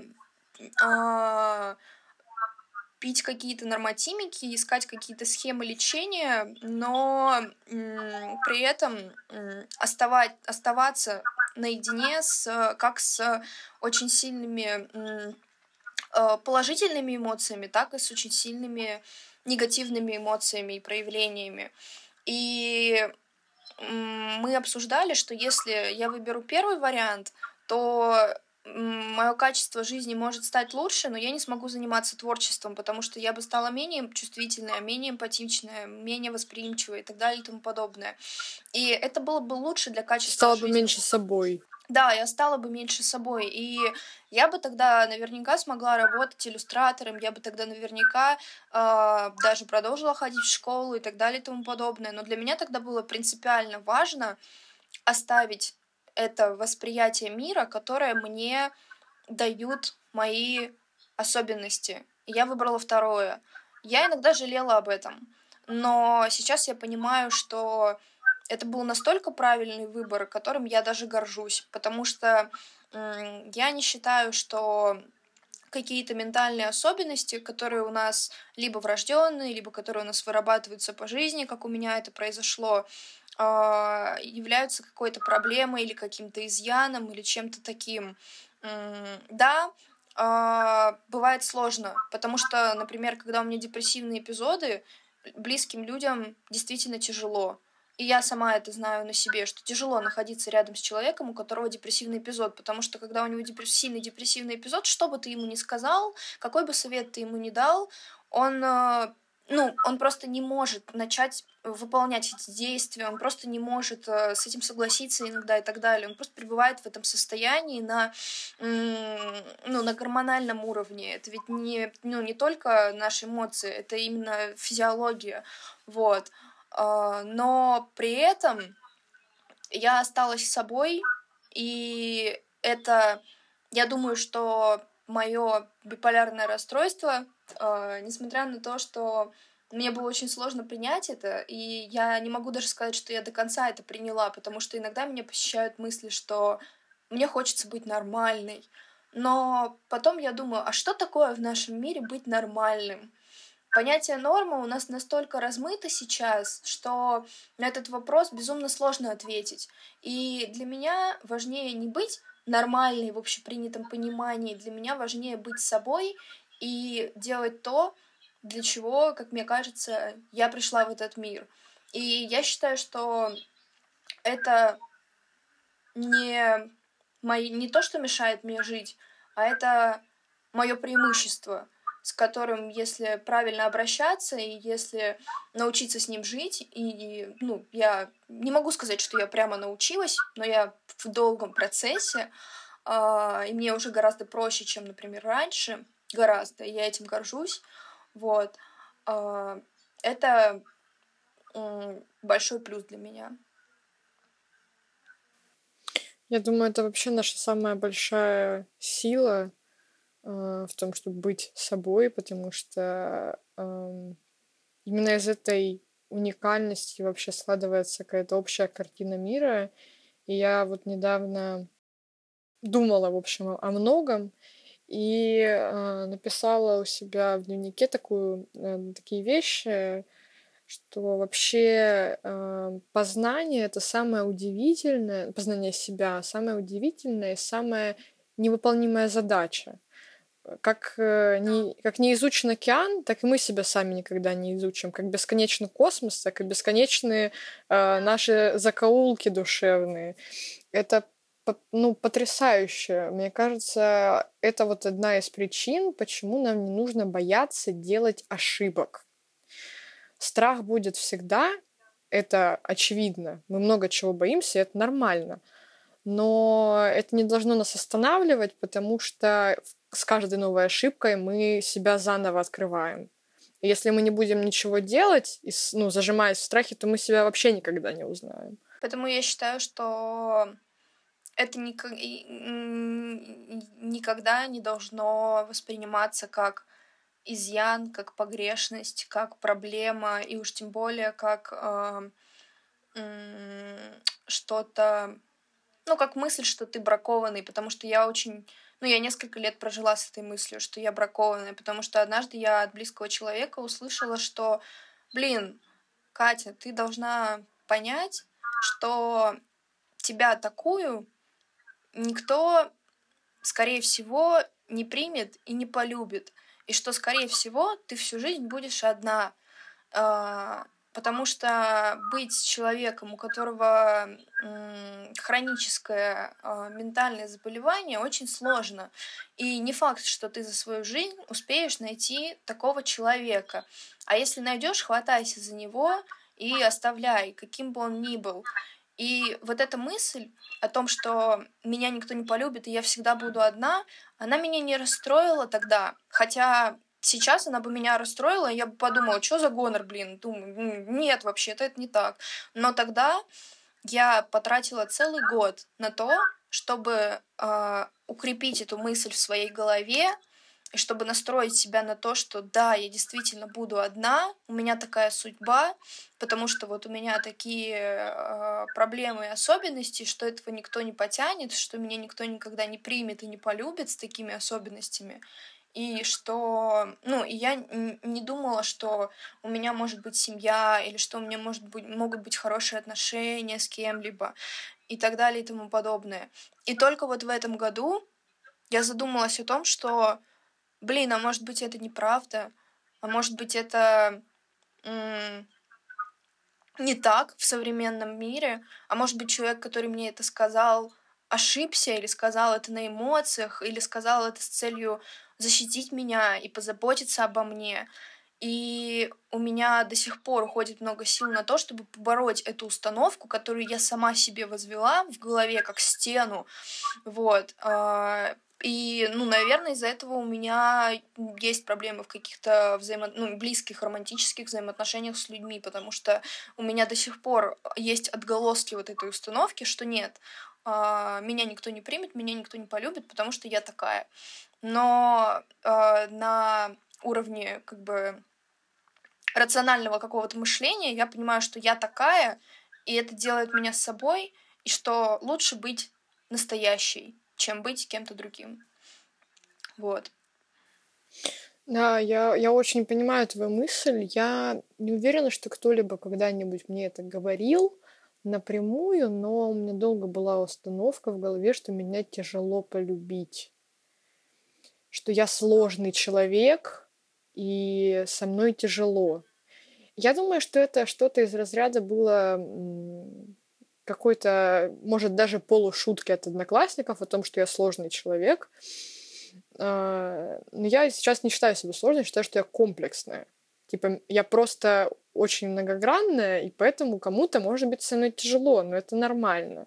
пить какие-то норматимики, искать какие-то схемы лечения, но при этом оставаться наедине с очень сильными положительными эмоциями, так и с очень сильными негативными эмоциями и проявлениями. И мы обсуждали, что если я выберу первый вариант, то мое качество жизни может стать лучше, но я не смогу заниматься творчеством, потому что я бы стала менее чувствительная, менее эмпатичная, менее восприимчивая и так далее и тому подобное. И это было бы лучше для качества жизни. Стала бы меньше собой. Да, я стала бы меньше собой, и я бы тогда наверняка смогла работать иллюстратором, я бы тогда наверняка даже продолжила ходить в школу и так далее и тому подобное. Но для меня тогда было принципиально важно оставить это восприятие мира, которое мне дают мои особенности. И я выбрала второе. Я иногда жалела об этом, но сейчас я понимаю, что это был настолько правильный выбор, которым я даже горжусь, потому что я не считаю, что какие-то ментальные особенности, которые у нас либо врожденные, либо которые у нас вырабатываются по жизни, как у меня это произошло, являются какой-то проблемой или каким-то изъяном или чем-то таким. Да, бывает сложно, потому что, например, когда у меня депрессивные эпизоды, близким людям действительно тяжело. И я сама это знаю на себе, что тяжело находиться рядом с человеком, у которого депрессивный эпизод, потому что когда у него сильный депрессивный эпизод, что бы ты ему ни сказал, какой бы совет ты ему ни дал, он просто не может начать выполнять эти действия, он просто не может с этим согласиться иногда и так далее. Он просто пребывает в этом состоянии на гормональном уровне. Это ведь не только наши эмоции, это именно физиология. Вот. Но при этом я осталась собой, и я думаю, что мое биполярное расстройство, несмотря на то, что мне было очень сложно принять это, и я не могу даже сказать, что я до конца это приняла, потому что иногда меня посещают мысли, что мне хочется быть нормальной. Но потом я думаю, а что такое в нашем мире быть нормальным? Понятие нормы у нас настолько размыто сейчас, что на этот вопрос безумно сложно ответить. И для меня важнее не быть нормальной в общепринятом понимании, для меня важнее быть собой и делать то, для чего, как мне кажется, я пришла в этот мир. И я считаю, что это не то, что мешает мне жить, а это мое преимущество. с которым, если правильно обращаться, и если научиться с ним жить, ну, я не могу сказать, что я прямо научилась, но я в долгом процессе, и мне уже гораздо проще, чем, например, раньше, гораздо, и я этим горжусь, вот, это большой плюс для меня. Я думаю, это вообще наша самая большая сила в том, чтобы быть собой, потому что именно из этой уникальности вообще складывается какая-то общая картина мира. И я вот недавно думала, в общем, о многом и написала у себя в дневнике такие вещи, что вообще познание — это самое удивительное, познание себя — самая удивительная и самая невыполнимая задача. Как не изучен океан, так и мы себя сами никогда не изучим. Как бесконечный космос, так и бесконечные наши закоулки душевные. Это потрясающе. Мне кажется, это вот одна из причин, почему нам не нужно бояться делать ошибок. Страх будет всегда, это очевидно. Мы много чего боимся, это нормально. Но это не должно нас останавливать, потому что с каждой новой ошибкой мы себя заново открываем. И если мы не будем ничего делать, зажимаясь в страхе, то мы себя вообще никогда не узнаем. Поэтому я считаю, что это никогда не должно восприниматься как изъян, как погрешность, как проблема, и уж тем более как что-то, как мысль, что ты бракованный, потому что я несколько лет прожила с этой мыслью, что я бракованная, потому что однажды я от близкого человека услышала, что, Катя, ты должна понять, что тебя такую никто, скорее всего, не примет и не полюбит. И что, скорее всего, ты всю жизнь будешь одна. Потому что быть человеком, у которого хроническое ментальное заболевание, очень сложно. И не факт, что ты за свою жизнь успеешь найти такого человека. А если найдешь, хватайся за него и оставляй, каким бы он ни был. И вот эта мысль о том, что меня никто не полюбит, и я всегда буду одна, она меня не расстроила тогда. Хотя сейчас она бы меня расстроила, и я бы подумала, что за гонор, Думаю, нет, вообще-то это не так. Но тогда я потратила целый год на то, чтобы укрепить эту мысль в своей голове, и чтобы настроить себя на то, что да, я действительно буду одна, у меня такая судьба, потому что вот у меня такие проблемы и особенности, что этого никто не потянет, что меня никто никогда не примет и не полюбит с такими особенностями. И что, и я не думала, что у меня может быть семья, или что у меня могут быть хорошие отношения с кем-либо, и так далее, и тому подобное. И только вот в этом году я задумалась о том, что а может быть, это неправда, а может быть, это не так в современном мире, а может быть, человек, который мне это сказал, ошибся, или сказал это на эмоциях, или сказал это с целью защитить меня и позаботиться обо мне. И у меня до сих пор уходит много сил на то, чтобы побороть эту установку, которую я сама себе возвела в голове, как стену. Вот. И, наверное, из-за этого у меня есть проблемы в каких-то близких романтических взаимоотношениях с людьми, потому что у меня до сих пор есть отголоски вот этой установки, что нет, меня никто не примет, меня никто не полюбит, потому что я такая. Но на уровне рационального какого-то мышления я понимаю, что я такая, и это делает меня собой, и что лучше быть настоящей, чем быть кем-то другим. Вот. Да, я очень понимаю твою мысль. Я не уверена, что кто-либо когда-нибудь мне это говорил напрямую, но у меня долго была установка в голове, что меня тяжело полюбить. Что я сложный человек, и со мной тяжело. Я думаю, что это что-то из разряда было какой-то, может, даже полушутки от одноклассников о том, что я сложный человек. Но я сейчас не считаю себя сложной, считаю, что я комплексная. Типа, я просто очень многогранная, и поэтому кому-то, может быть, со мной тяжело, но это нормально.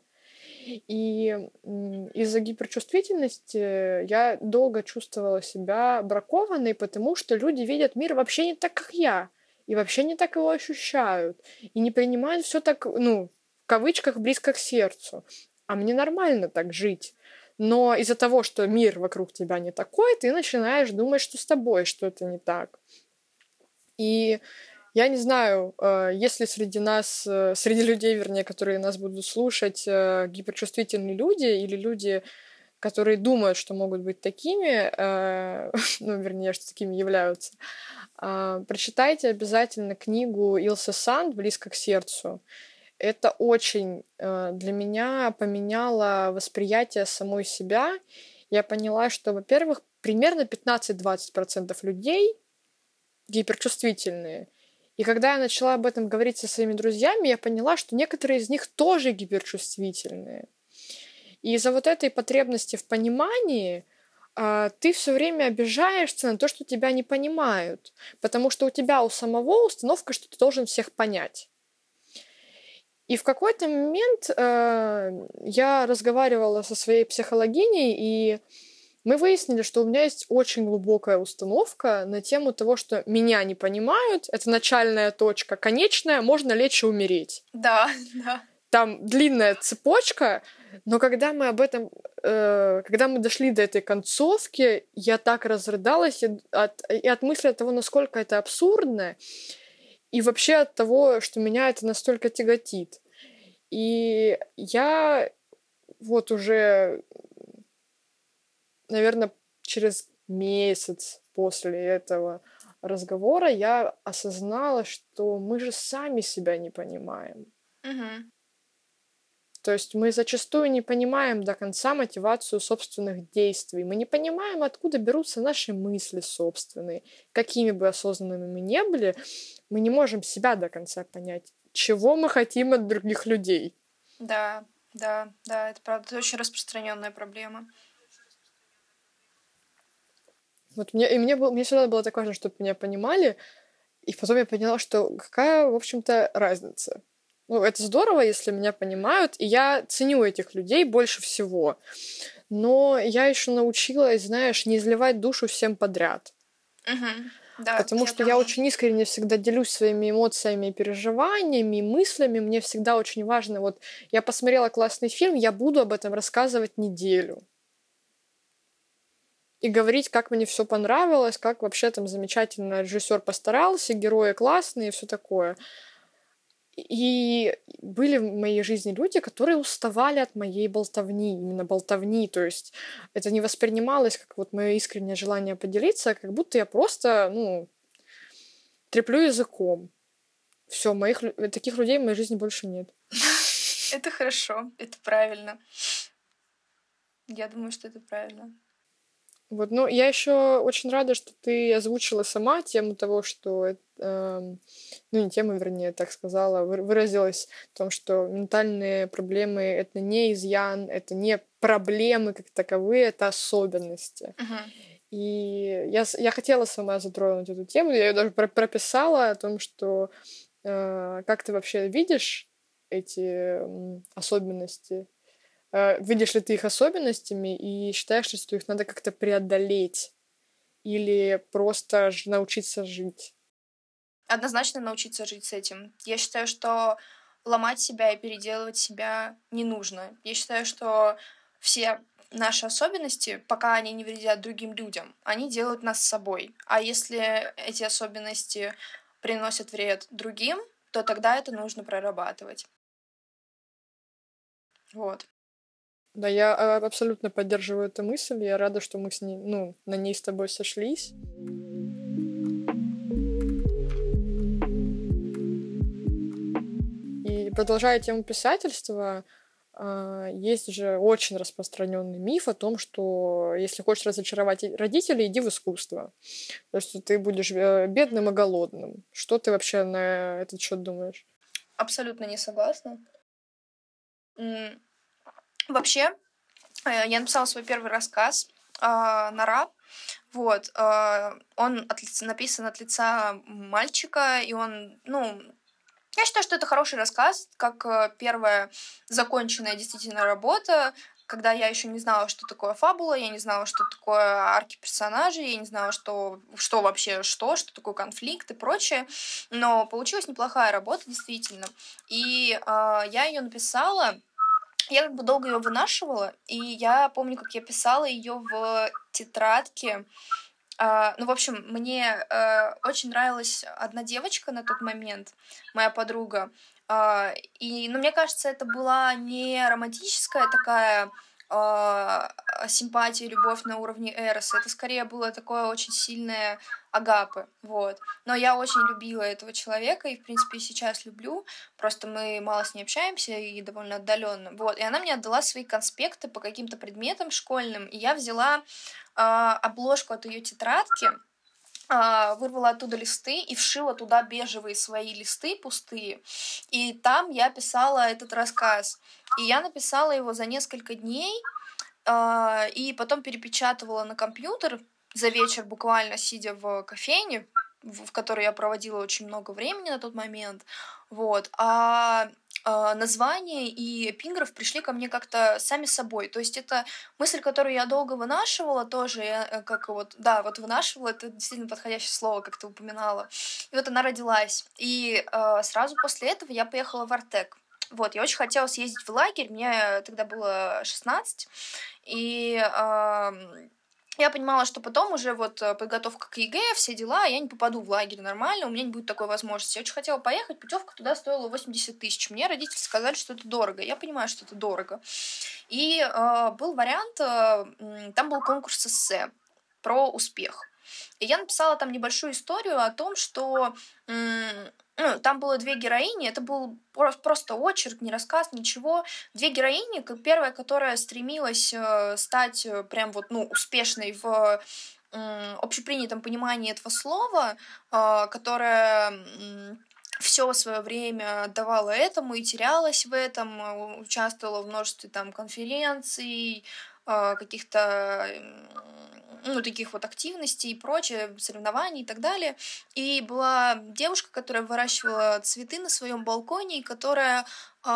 И из-за гиперчувствительности я долго чувствовала себя бракованной, потому что люди видят мир вообще не так, как я, и вообще не так его ощущают, и не принимают все так, в кавычках, близко к сердцу. А мне нормально так жить. Но из-за того, что мир вокруг тебя не такой, ты начинаешь думать, что с тобой что-то не так. И я не знаю, если среди нас, среди людей, вернее, которые нас будут слушать, гиперчувствительные люди или люди, которые думают, что могут быть такими, вернее, что такими являются, прочитайте обязательно книгу Илсы Санд «Близко к сердцу». Это очень для меня поменяло восприятие самой себя. Я поняла, что, во-первых, примерно 15-20% людей гиперчувствительные. И когда я начала об этом говорить со своими друзьями, я поняла, что некоторые из них тоже гиперчувствительные. И из-за вот этой потребности в понимании ты все время обижаешься на то, что тебя не понимают, потому что у тебя у самого установка, что ты должен всех понять. И в какой-то момент я разговаривала со своей психологиней, и мы выяснили, что у меня есть очень глубокая установка на тему того, что меня не понимают, это начальная точка, конечная, можно лечь и умереть. Да. Там длинная цепочка, но когда мы об этом, когда мы дошли до этой концовки, я так разрыдалась и от мысли того, насколько это абсурдно, и вообще от того, что меня это настолько тяготит. И я вот уже, наверное, через месяц после этого разговора я осознала, что мы же сами себя не понимаем. Угу. То есть мы зачастую не понимаем до конца мотивацию собственных действий. Мы не понимаем, откуда берутся наши мысли собственные. Какими бы осознанными мы ни были, мы не можем себя до конца понять, чего мы хотим от других людей. Да, это правда, это очень распространенная проблема. Вот мне всегда было так важно, чтобы меня понимали, и потом я поняла, что какая, в общем-то, разница. Это здорово, если меня понимают, и я ценю этих людей больше всего. Но я еще научилась, знаешь, не изливать душу всем подряд. Угу. Да, потому что я очень искренне всегда делюсь своими эмоциями, переживаниями, мыслями. Мне всегда очень важно. Вот я посмотрела классный фильм, я буду об этом рассказывать неделю. И говорить, как мне все понравилось, как вообще там замечательно режиссер постарался, герои классные и все такое. И были в моей жизни люди, которые уставали от моей болтовни, именно болтовни, то есть это не воспринималось как вот мое искреннее желание поделиться, как будто я просто, треплю языком. Все, таких людей в моей жизни больше нет. Это хорошо, это правильно. Я думаю, что это правильно. Вот, я еще очень рада, что ты озвучила сама тему того, что, не тему, вернее, так сказала, выразилась в том, что ментальные проблемы — это не изъян, это не проблемы как таковые, это особенности. И я хотела сама затронуть эту тему, я ее даже прописала о том, что как ты вообще видишь эти особенности, видишь ли ты их особенностями и считаешь ли, что их надо как-то преодолеть или просто научиться жить? Однозначно научиться жить с этим. Я считаю, что ломать себя и переделывать себя не нужно. Я считаю, что все наши особенности, пока они не вредят другим людям, они делают нас собой. А если эти особенности приносят вред другим, то тогда это нужно прорабатывать. Вот. Да, я абсолютно поддерживаю эту мысль. Я рада, что мы с ней, на ней с тобой сошлись. И продолжая тему писательства, есть же очень распространенный миф о том, что если хочешь разочаровать родителей, иди в искусство. То есть ты будешь бедным и голодным. Что ты вообще на этот счет думаешь? Абсолютно не согласна. Вообще, я написала свой первый рассказ «Нора» Вот. Он написан от лица мальчика, и он, я считаю, что это хороший рассказ, как первая законченная действительно работа, когда я еще не знала, что такое фабула, я не знала, что такое арки персонажей, я не знала, что вообще, что такое конфликт и прочее. Но получилась неплохая работа, действительно. И я ее написала. Я как бы долго ее вынашивала, и я помню, как я писала ее в тетрадке. В общем, мне очень нравилась одна девочка на тот момент, моя подруга. Мне кажется, это была не романтическая такая симпатия, любовь на уровне Эроса. Это скорее было такое очень сильное агапы, вот. Но я очень любила этого человека и, в принципе, и сейчас люблю. Просто мы мало с ней общаемся и довольно отдаленно. Вот. И она мне отдала свои конспекты по каким-то предметам школьным, и я взяла обложку от ее тетрадки, вырвала оттуда листы и вшила туда бежевые свои листы пустые. И там я писала этот рассказ. И я написала его за несколько дней, и потом перепечатывала на компьютер за вечер, буквально сидя в кофейне, в которой я проводила очень много времени на тот момент. Вот. Название и эпиграф пришли ко мне как-то сами собой. То есть это мысль, которую я долго вынашивала тоже, вынашивала, это действительно подходящее слово, как ты упоминала. И вот она родилась. И сразу после этого я поехала в Артек. Вот, я очень хотела съездить в лагерь, мне тогда было 16, и я понимала, что потом уже вот подготовка к ЕГЭ, все дела, я не попаду в лагерь нормально, у меня не будет такой возможности. Я очень хотела поехать, путевка туда стоила 80 тысяч. Мне родители сказали, что это дорого. Я понимаю, что это дорого. И был вариант, там был конкурс эссе про успех. И я написала там небольшую историю о том, что там было две героини, это был просто очерк, не рассказ, ничего. Две героини, как первая, которая стремилась стать прям успешной в общепринятом понимании этого слова, которая все свое время отдавала этому и терялась в этом, участвовала в множестве там конференций, каких-то таких вот активностей и прочее, соревнований и так далее. И была девушка, которая выращивала цветы на своем балконе, и которая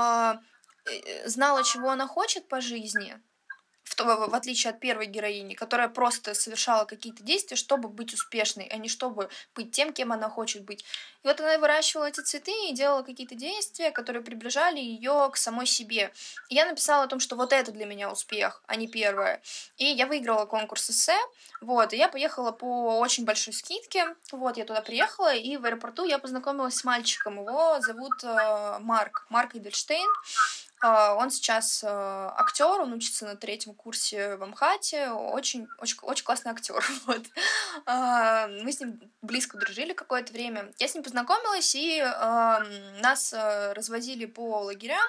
знала, чего она хочет по жизни, в отличие от первой героини, которая просто совершала какие-то действия, чтобы быть успешной, а не чтобы быть тем, кем она хочет быть. И вот она выращивала эти цветы и делала какие-то действия, которые приближали ее к самой себе. И я написала о том, что вот это для меня успех, а не первое. И я выиграла конкурс эссе, и я поехала по очень большой скидке. Я туда приехала, и в аэропорту я познакомилась с мальчиком. Его зовут Марк Эдельштейн. Он сейчас актер, он учится на 3-м курсе в Амхате, очень, очень, очень классный актер. Вот. Мы с ним близко дружили какое-то время. Я с ним познакомилась, и нас развозили по лагерям.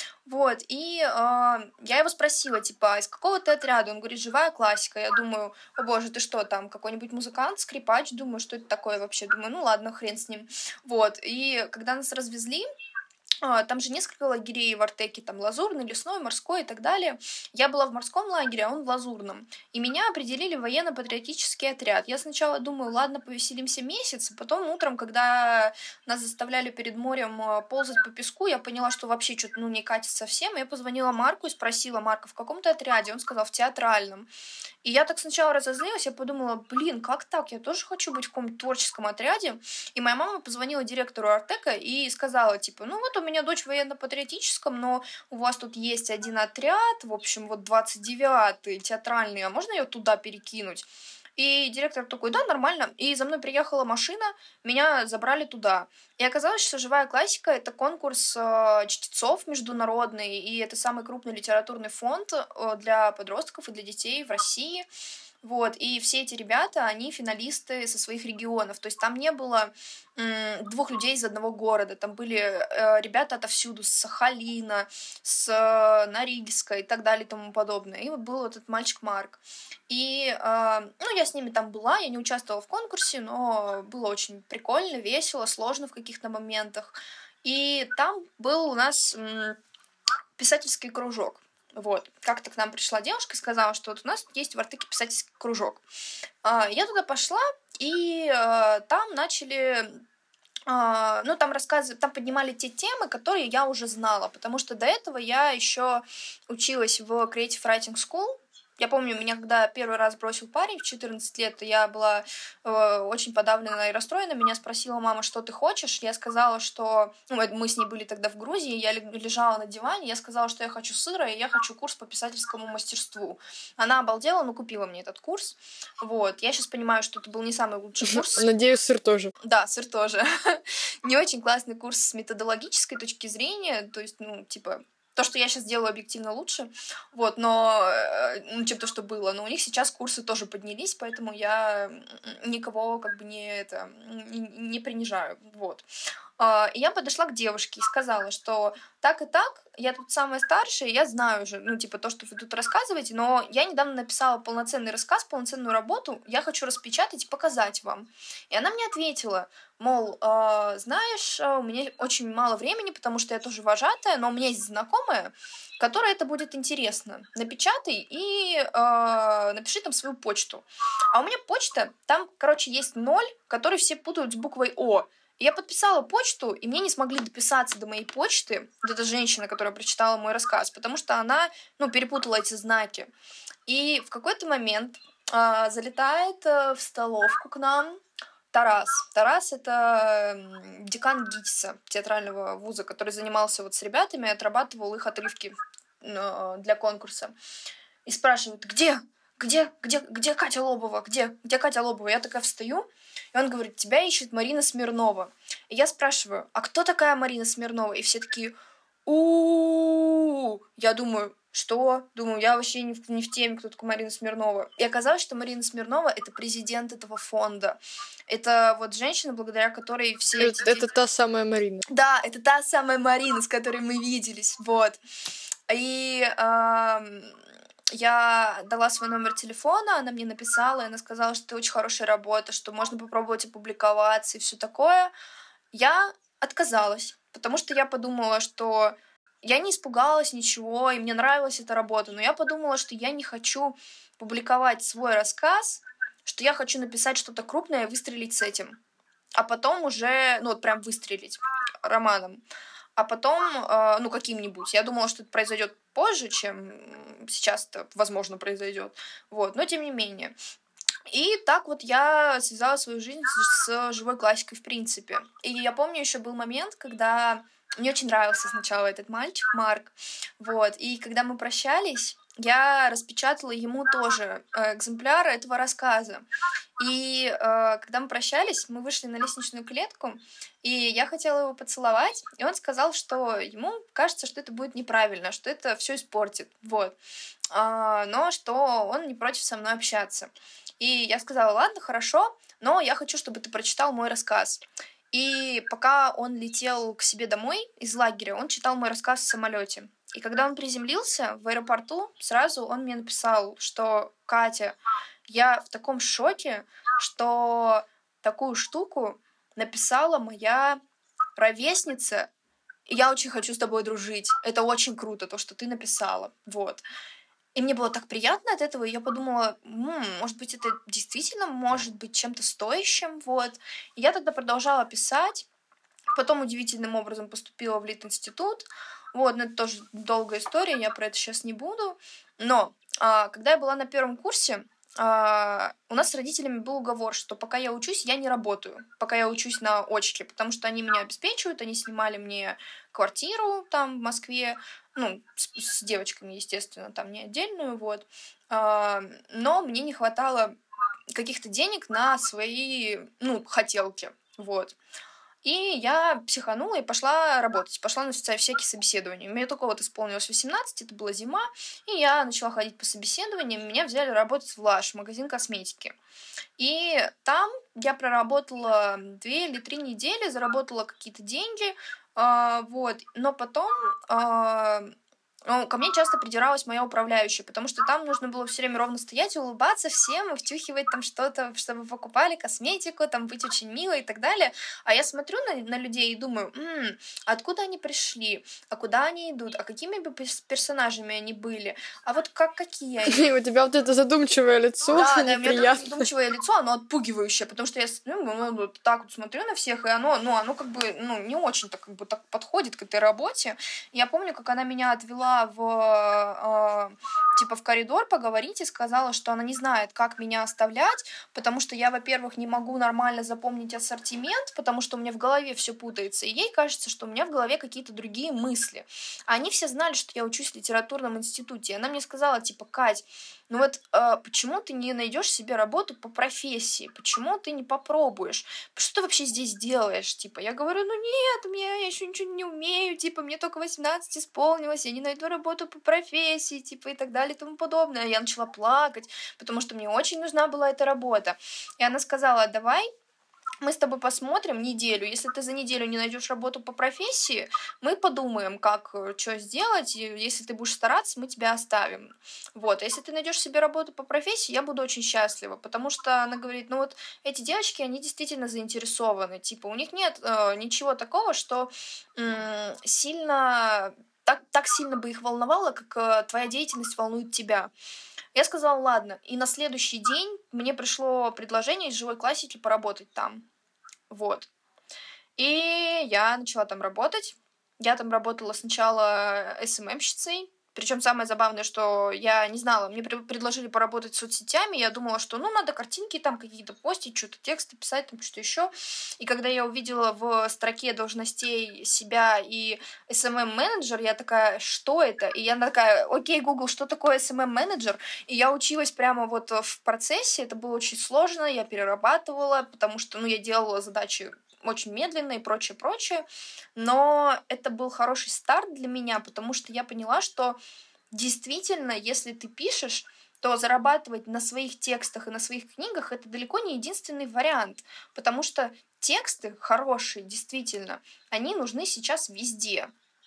И я его спросила, из какого ты отряда? Он говорит, живая классика. Я думаю, о боже, ты что, там какой-нибудь музыкант, скрипач? Думаю, что это такое вообще? Думаю, ладно, хрен с ним. И когда нас развезли, там же несколько лагерей в Артеке, там Лазурный, Лесной, Морской и так далее. Я была в морском лагере, а он в Лазурном. И меня определили в военно-патриотический отряд. Я сначала думаю, ладно, повеселимся месяц, а потом утром, когда нас заставляли перед морем ползать по песку, я поняла, что вообще что-то не катит совсем. Я позвонила Марку и спросила, Марка, в каком ты отряде? Он сказал, в театральном. И я так сначала разозлилась, я подумала, как так? Я тоже хочу быть в каком-то творческом отряде. И моя мама позвонила директору Артека и сказала, у меня дочь в военно-патриотическом, но у вас тут есть один отряд, в общем, 29-й театральный, а можно ее туда перекинуть? И директор такой, да, нормально. И за мной приехала машина, меня забрали туда. И оказалось, что «Живая классика» — это конкурс чтецов международный, и это самый крупный литературный фонд для подростков и для детей в России. И все эти ребята, они финалисты со своих регионов. То есть там не было 2 людей из одного города. Там были ребята отовсюду, с Сахалина, с Норильска и так далее и тому подобное. И был этот мальчик Марк. И я с ними там была, я не участвовала в конкурсе, но было очень прикольно, весело, сложно в каких-то моментах. И там был у нас писательский кружок. Вот. Как-то к нам пришла девушка и сказала, что вот у нас тут есть в Артеке писательский кружок. Я туда пошла, и там начали... Ну, там там поднимали те темы, которые я уже знала, потому что до этого я еще училась в Creative Writing School. Я помню, меня когда первый раз бросил парень в 14 лет, я была очень подавлена и расстроена. Меня спросила мама, что ты хочешь. Я сказала, что... Ну, мы с ней были тогда в Грузии, я лежала на диване, я сказала, что я хочу сыра, и я хочу курс по писательскому мастерству. Она обалдела, но купила мне этот курс. Вот. Я сейчас понимаю, что это был не самый лучший курс. Надеюсь, сыр тоже. Да, сыр тоже. Не очень классный курс с методологической точки зрения, то есть, ну, типа... То, что я сейчас делаю, объективно лучше, вот, но, чем то, что было. Но у них сейчас курсы тоже поднялись, поэтому я никого как бы не принижаю, вот. И я подошла к девушке и сказала, что так и так, я тут самая старшая, я знаю уже, ну, типа, то, что вы тут рассказываете, но я недавно написала полноценный рассказ, полноценную работу, я хочу распечатать и показать вам. И она мне ответила, мол, знаешь, у меня очень мало времени, потому что я тоже вожатая, но у меня есть знакомая, которой это будет интересно. Напечатай и напиши там свою почту. А у меня почта, там, короче, есть 0, который все путают с буквой О. Я подписала почту, и мне не смогли дописаться до моей почты, вот эта женщина, которая прочитала мой рассказ, потому что она, ну, перепутала эти знаки. И в какой-то момент залетает в столовку к нам Тарас. Тарас — это декан ГИТИСа, театрального вуза, который занимался вот с ребятами, отрабатывал их отрывки для конкурса. И спрашивает, где Катя Лобова? Где Катя Лобова? Я такая встаю, и он говорит, тебя ищет Марина Смирнова. И я спрашиваю, а кто такая Марина Смирнова? И все такие, Я думаю, что? Думаю, я вообще не в теме, кто такая Марина Смирнова. И оказалось, что Марина Смирнова — это президент этого фонда. Это вот женщина, благодаря которой все эти... Это та самая Марина. Да, это та самая Марина, с которой мы виделись, вот. И я дала свой номер телефона, она мне написала, и она сказала, что это очень хорошая работа, что можно попробовать опубликоваться и все такое. Я отказалась, потому что я подумала, что я не испугалась ничего, и мне нравилась эта работа, но я подумала, что я не хочу публиковать свой рассказ, что я хочу написать что-то крупное и выстрелить с этим, а потом уже, ну вот прям выстрелить романом. А потом, ну, каким-нибудь. Я думала, что это произойдет позже, чем сейчас это, возможно, произойдет. Вот, но тем не менее. И так вот я связала свою жизнь с живой классикой в принципе. И я помню, еще был момент, когда мне очень нравился сначала этот мальчик, Марк. Вот, и когда мы прощались, я распечатала ему тоже экземпляр этого рассказа. И когда мы прощались, мы вышли на лестничную клетку, и я хотела его поцеловать, и он сказал, что ему кажется, что это будет неправильно, что это все испортит, вот. Но что он не против со мной общаться. И я сказала, ладно, хорошо, но я хочу, чтобы ты прочитал мой рассказ. И пока он летел к себе домой из лагеря, он читал мой рассказ в самолете. И когда он приземлился в аэропорту, сразу он мне написал, что «Катя, я в таком шоке, что такую штуку написала моя ровесница, и я очень хочу с тобой дружить. Это очень круто, то, что ты написала». Вот. И мне было так приятно от этого, и я подумала, может быть, это действительно может быть чем-то стоящим, вот. И я тогда продолжала писать, потом удивительным образом поступила в Литинститут, вот, но это тоже долгая история, я про это сейчас не буду, но когда я была на первом курсе, у нас с родителями был уговор, что пока я учусь, я не работаю, пока я учусь на очке, потому что они меня обеспечивают, они снимали мне квартиру там в Москве, ну, с девочками, естественно, там не отдельную, вот, но мне не хватало каких-то денег на свои, ну, хотелки, вот. И я психанула и пошла работать, пошла на всякие собеседования. Мне только вот исполнилось 18, это была зима, и я начала ходить по собеседованиям, меня взяли работать в Lush, магазин косметики. И там я проработала 2 или 3 недели, заработала какие-то деньги, вот, но потом Но ко мне часто придиралась моя управляющая, потому что там нужно было все время ровно стоять, улыбаться всем, и втюхивать там что-то, чтобы покупали косметику, там быть очень милой и так далее. А я смотрю на людей и думаю, откуда они пришли, а куда они идут, а какими бы персонажами они были, а вот какие они. И у тебя вот это задумчивое лицо, да, у меня неприятное. задумчивое лицо, оно отпугивающее, потому что я вот так вот смотрю на всех, и оно как бы не очень-то как бы так подходит к этой работе. Я помню, как она меня отвела типа в коридор поговорить и сказала, что она не знает, как меня оставлять, потому что я, во-первых, не могу нормально запомнить ассортимент, потому что у меня в голове все путается, и ей кажется, что у меня в голове какие-то другие мысли. А они все знали, что я учусь в литературном институте, и она мне сказала, типа, Кать, ну вот почему ты не найдешь себе работу по профессии? Почему ты не попробуешь? Что ты вообще здесь делаешь? Типа, я говорю, ну нет, я еще ничего не умею, типа, мне только 18 исполнилось, я не найду работу по профессии, типа, и так далее, и тому подобное. Я начала плакать, потому что мне очень нужна была эта работа. И она сказала, давай мы с тобой посмотрим неделю. Если ты за неделю не найдешь работу по профессии, мы подумаем, как, что сделать. И если ты будешь стараться, мы тебя оставим. Вот. А если ты найдешь себе работу по профессии, я буду очень счастлива. Потому что она говорит, ну вот эти девочки, они действительно заинтересованы. Типа, у них нет ничего такого, что сильно... Так сильно бы их волновало, как твоя деятельность волнует тебя. Я сказала, ладно. И на следующий день мне пришло предложение из живой классики поработать там. Вот. И я начала там работать. Я там работала сначала СММщицей. Причем самое забавное, что я не знала, мне предложили поработать с соцсетями, я думала, что надо картинки там какие-то постить, что-то тексты писать, там что-то еще. И когда я увидела в строке должностей себя и SMM-менеджер, я такая, что это? И я такая, окей, Google, что такое SMM-менеджер? И я училась прямо вот в процессе, это было очень сложно, я перерабатывала, потому что, я делала задачи очень медленно и прочее. Но это был хороший старт для меня, потому что я поняла, что действительно, если ты пишешь, то зарабатывать на своих текстах и на своих книгах это далеко не единственный вариант, потому что тексты хорошие, действительно, они нужны сейчас везде.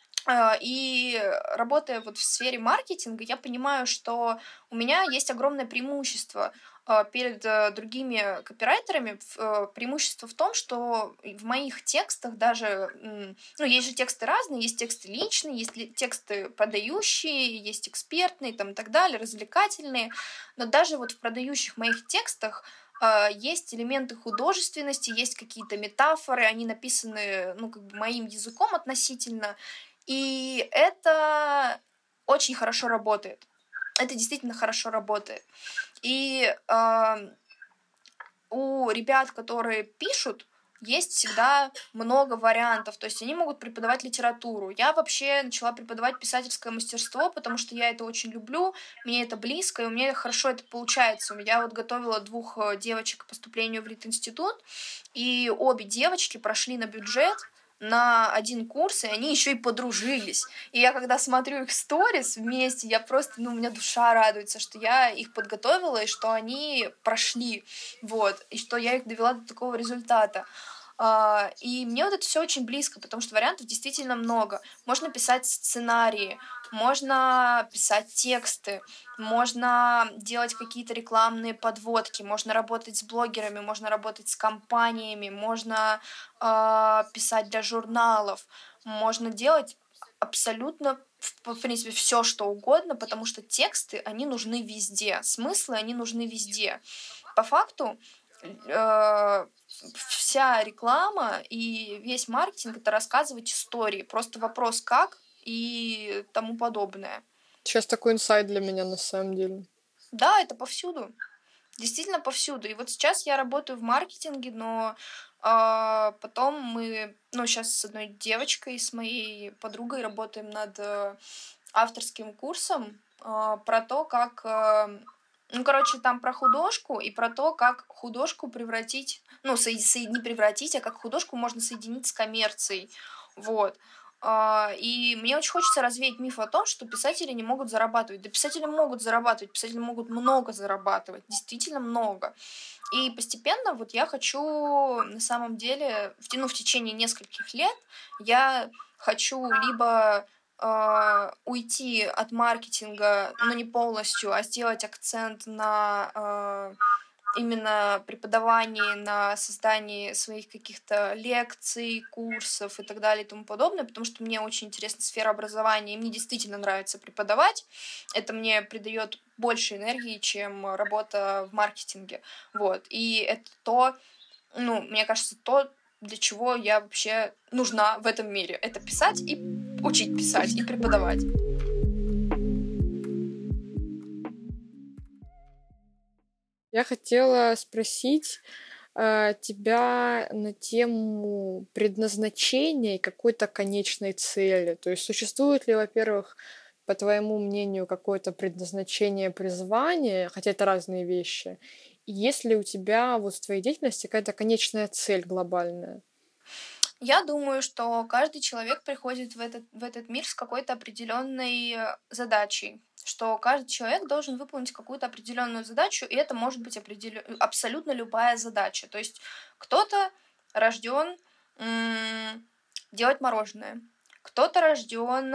И работая вот в сфере маркетинга, я понимаю, что у меня есть огромное преимущество перед другими копирайтерами. Преимущество в том, что в моих текстах даже... есть же тексты разные, есть тексты личные, есть тексты продающие, есть экспертные там, и так далее, развлекательные. Но даже вот в продающих моих текстах есть элементы художественности, есть какие-то метафоры, они написаны моим языком относительно. И это очень хорошо работает. Это действительно хорошо работает. И у ребят, которые пишут, есть всегда много вариантов. То есть они могут преподавать литературу. Я вообще начала преподавать писательское мастерство, потому что я это очень люблю, мне это близко, и у меня хорошо это получается. Я вот готовила 2 девочек к поступлению в Литинститут, и обе девочки прошли на бюджет, на 1 курс, и они еще и подружились. И я когда смотрю их сторис вместе, я просто, у меня душа радуется, что я их подготовила, и что они прошли, вот, и что я их довела до такого результата. И мне вот это все очень близко, потому что вариантов действительно много. Можно писать сценарии, можно писать тексты, можно делать какие-то рекламные подводки, можно работать с блогерами, можно работать с компаниями, можно писать для журналов, можно делать абсолютно, в принципе, все что угодно, потому что тексты, они нужны везде, смыслы, они нужны везде. По факту, вся реклама и весь маркетинг — это рассказывать истории. Просто вопрос как и тому подобное. Сейчас такой инсайт для меня на самом деле. Да, это повсюду. Действительно повсюду. И вот сейчас я работаю в маркетинге, но потом мы, сейчас с одной девочкой, с моей подругой работаем над авторским курсом про то, как... там про художку и про то, как художку превратить, не превратить, а как художку можно соединить с коммерцией. Вот. И мне очень хочется развеять миф о том, что писатели не могут зарабатывать. Да, писатели могут зарабатывать, писатели могут много зарабатывать, действительно много. И постепенно вот я хочу, на самом деле, в течение нескольких лет, я хочу либо уйти от маркетинга, но не полностью, а сделать акцент на именно преподавании, на создании своих каких-то лекций, курсов и так далее и тому подобное, потому что мне очень интересна сфера образования, и мне действительно нравится преподавать. Это мне придает больше энергии, чем работа в маркетинге. Вот. И это то, мне кажется, то, для чего я вообще нужна в этом мире. Это писать и учить писать, и преподавать. Я хотела спросить тебя на тему предназначения и какой-то конечной цели. То есть существует ли, во-первых, по твоему мнению, какое-то предназначение, призвание, хотя это разные вещи, и есть ли у тебя вот в твоей деятельности какая-то конечная цель глобальная? Я думаю, что каждый человек приходит в этот мир с какой-то определенной задачей, что каждый человек должен выполнить какую-то определенную задачу, и это может быть абсолютно любая задача. То есть кто-то рожден делать мороженое, кто-то рожден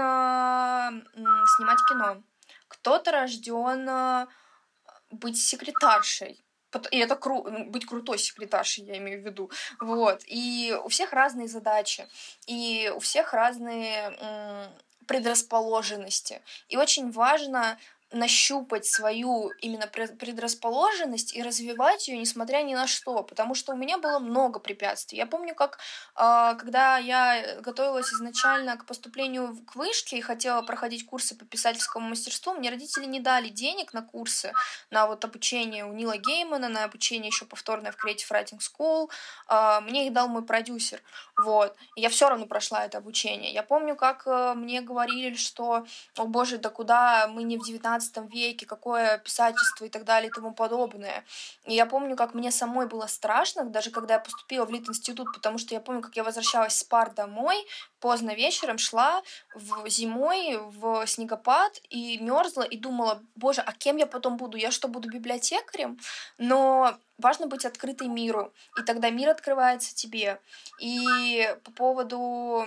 снимать кино, кто-то рожден быть секретаршей. И это быть крутой секретаршей, я имею в виду. Вот. И у всех разные задачи, и у всех разные предрасположенности. И очень важно нащупать свою именно предрасположенность и развивать ее, несмотря ни на что, потому что у меня было много препятствий. Я помню, как когда я готовилась изначально к поступлению к вышке и хотела проходить курсы по писательскому мастерству, мне родители не дали денег на курсы, на вот обучение у Нила Геймана, на обучение еще повторное в Creative Writing School. Мне их дал мой продюсер. Вот. И я все равно прошла это обучение. Я помню, как мне говорили, что, о боже, да куда, мы не в 19 веке, какое писательство и так далее и тому подобное. И я помню, как мне самой было страшно, даже когда я поступила в Литинститут, потому что я помню, как я возвращалась с пар домой, поздно вечером шла зимой в снегопад и мерзла, и думала, боже, а кем я потом буду? Я что, буду библиотекарем? Но важно быть открытой миру, и тогда мир открывается тебе. И по поводу...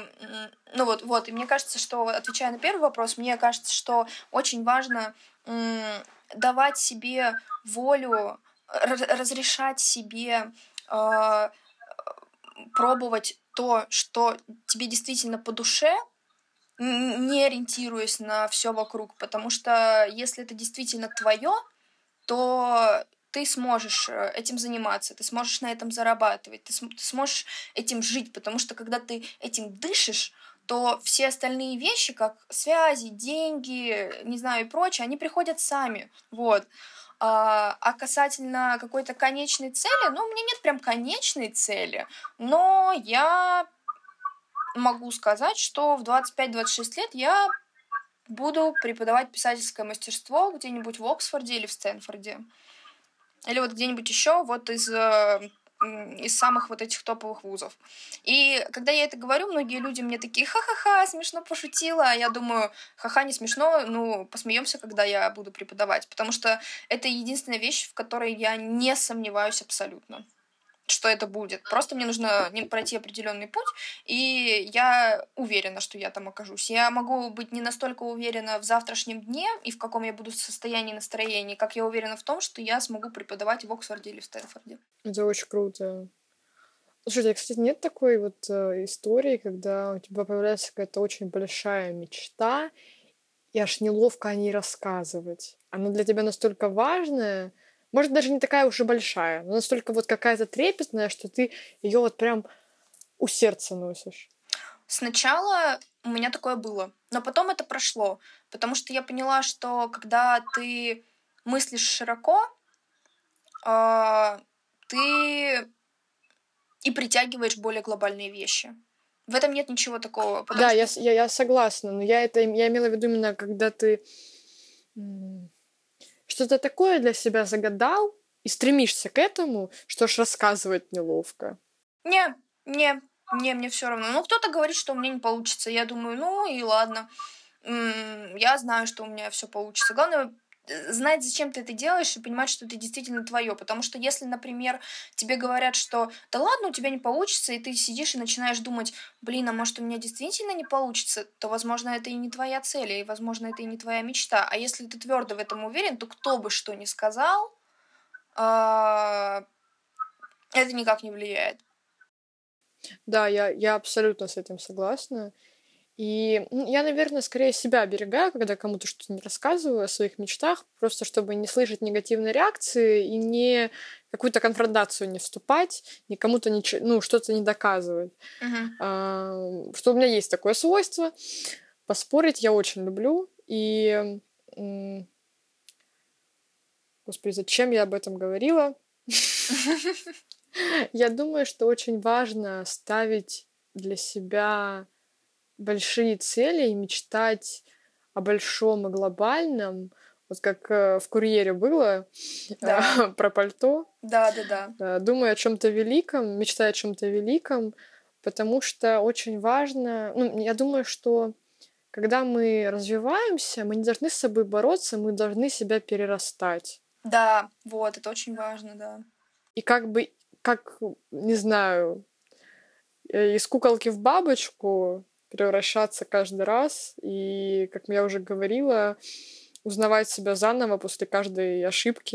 и мне кажется, что, отвечая на первый вопрос, мне кажется, что очень важно давать себе волю, разрешать себе пробовать то, что тебе действительно по душе, не ориентируясь на все вокруг, потому что если это действительно твое, то ты сможешь этим заниматься, ты сможешь на этом зарабатывать, ты сможешь этим жить, потому что когда ты этим дышишь, то все остальные вещи, как связи, деньги, не знаю, и прочее, они приходят сами, вот. А касательно какой-то конечной цели, у меня нет прям конечной цели, но я могу сказать, что в 25-26 лет я буду преподавать писательское мастерство где-нибудь в Оксфорде или в Стэнфорде. Или вот где-нибудь еще вот из самых вот этих топовых вузов. И когда я это говорю, многие люди мне такие, ха-ха-ха, смешно пошутила. А я думаю, ха-ха, не смешно, посмеемся, когда я буду преподавать. Потому что это единственная вещь, в которой я не сомневаюсь абсолютно, что это будет. Просто мне нужно пройти определенный путь, и я уверена, что я там окажусь. Я могу быть не настолько уверена в завтрашнем дне и в каком я буду состоянии, настроении, как я уверена в том, что я смогу преподавать в Оксфорде или в Стэнфорде. Это очень круто. Слушай, у тебя, кстати, нет такой вот истории, когда у тебя появляется какая-то очень большая мечта, и аж неловко о ней рассказывать. Она для тебя настолько важная, может, даже не такая уж и большая, но настолько вот какая-то трепетная, что ты ее вот прям у сердца носишь. Сначала у меня такое было, но потом это прошло, потому что я поняла, что когда ты мыслишь широко, ты и притягиваешь более глобальные вещи. В этом нет ничего такого. Да, я согласна, но я имела в виду именно, когда ты что-то такое для себя загадал и стремишься к этому, что ж рассказывать неловко. Мне все равно. Кто-то говорит, что у меня не получится. Я думаю, и ладно. Я знаю, что у меня все получится. Главное знать, зачем ты это делаешь, и понимать, что это действительно твое. Потому что если, например, тебе говорят, что да ладно, у тебя не получится, и ты сидишь и начинаешь думать, блин, а может, у меня действительно не получится, то, возможно, это и не твоя цель, и, возможно, это и не твоя мечта. А если ты твердо в этом уверен, то кто бы что ни сказал, это никак не влияет. Да, я абсолютно с этим согласна. И я, наверное, скорее себя оберегаю, когда кому-то что-то не рассказываю о своих мечтах, просто чтобы не слышать негативной реакции и не какую-то конфронтацию не вступать, никому-то что-то не доказывать. Что у меня есть такое свойство. Поспорить я очень люблю. И... Господи, зачем я об этом говорила? Я думаю, что очень важно ставить для себя большие цели и мечтать о большом и глобальном. Вот как в «Курьере» было про пальто. Да. Думаю о чем-то великом, мечтая о чем-то великом, потому что очень важно... я думаю, что когда мы развиваемся, мы не должны с собой бороться, мы должны себя перерастать. Да, вот, это очень важно, да. И не знаю, из куколки в бабочку превращаться каждый раз. И, как я уже говорила, узнавать себя заново после каждой ошибки.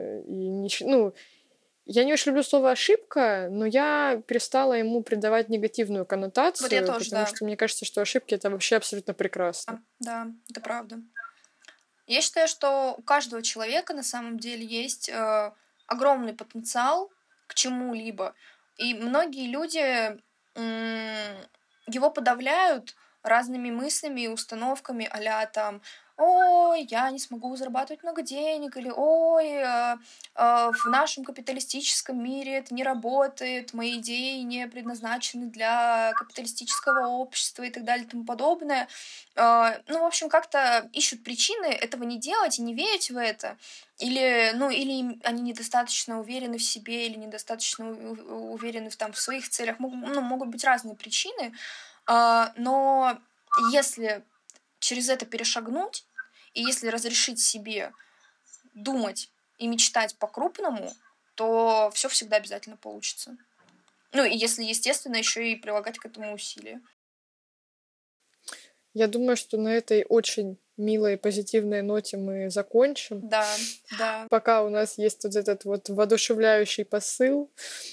Я не очень люблю слово «ошибка», но я перестала ему придавать негативную коннотацию, вот я тоже, потому что мне кажется, что ошибки — это вообще абсолютно прекрасно. Да, это правда. Я считаю, что у каждого человека на самом деле есть огромный потенциал к чему-либо. И многие люди его подавляют разными мыслями и установками а-ля там «Ой, я не смогу зарабатывать много денег», или «Ой, в нашем капиталистическом мире это не работает, мои идеи не предназначены для капиталистического общества» и так далее и тому подобное. В общем, как-то ищут причины этого не делать и не верить в это. Или они недостаточно уверены в себе, или недостаточно уверены в своих целях. Могут быть разные причины. Но если через это перешагнуть, и если разрешить себе думать и мечтать по-крупному, то все всегда обязательно получится. И если, естественно, еще и прилагать к этому усилия. Я думаю, что на этой очень милой, позитивной ноте мы закончим. Да. Пока у нас есть вот этот вот воодушевляющий посыл.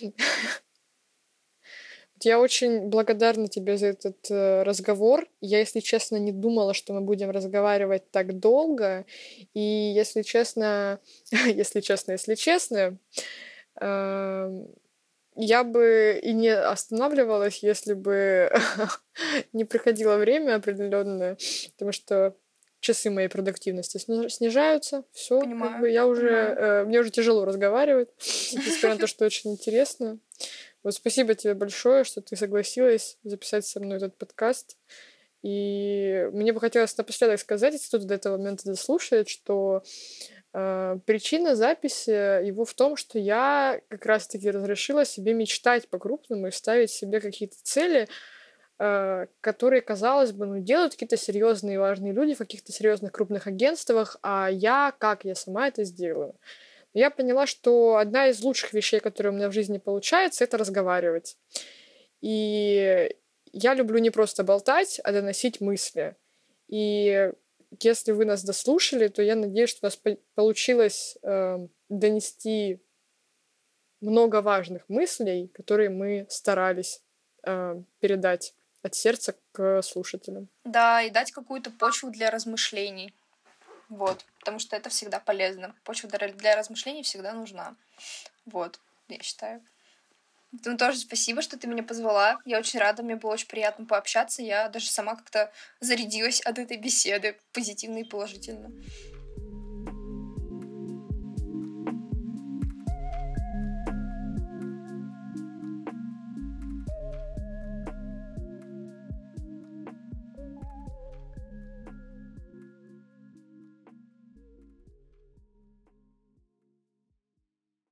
Я очень благодарна тебе за этот разговор. Я, если честно, не думала, что мы будем разговаривать так долго. И если честно, я бы и не останавливалась, если бы не приходило время определенное, потому что часы моей продуктивности снижаются. Все, мне уже тяжело разговаривать, несмотря на то, что очень интересно. Вот спасибо тебе большое, что ты согласилась записать со мной этот подкаст. И мне бы хотелось напоследок сказать, если кто-то до этого момента дослушает, что причина записи его в том, что я как раз-таки разрешила себе мечтать по-крупному и ставить себе какие-то цели, которые, казалось бы, делают какие-то серьезные и важные люди в каких-то серьезных крупных агентствах, а как я сама это сделаю. Я поняла, что одна из лучших вещей, которые у меня в жизни получается, это разговаривать. И я люблю не просто болтать, а доносить мысли. И если вы нас дослушали, то я надеюсь, что у нас получилось донести много важных мыслей, которые мы старались передать от сердца к слушателям. Да, и дать какую-то почву для размышлений. Вот, потому что это всегда полезно. Почва для размышлений всегда нужна. Вот, я считаю. Поэтому тоже спасибо, что ты меня позвала. Я очень рада, мне было очень приятно пообщаться. Я даже сама как-то зарядилась от этой беседы позитивно и положительно.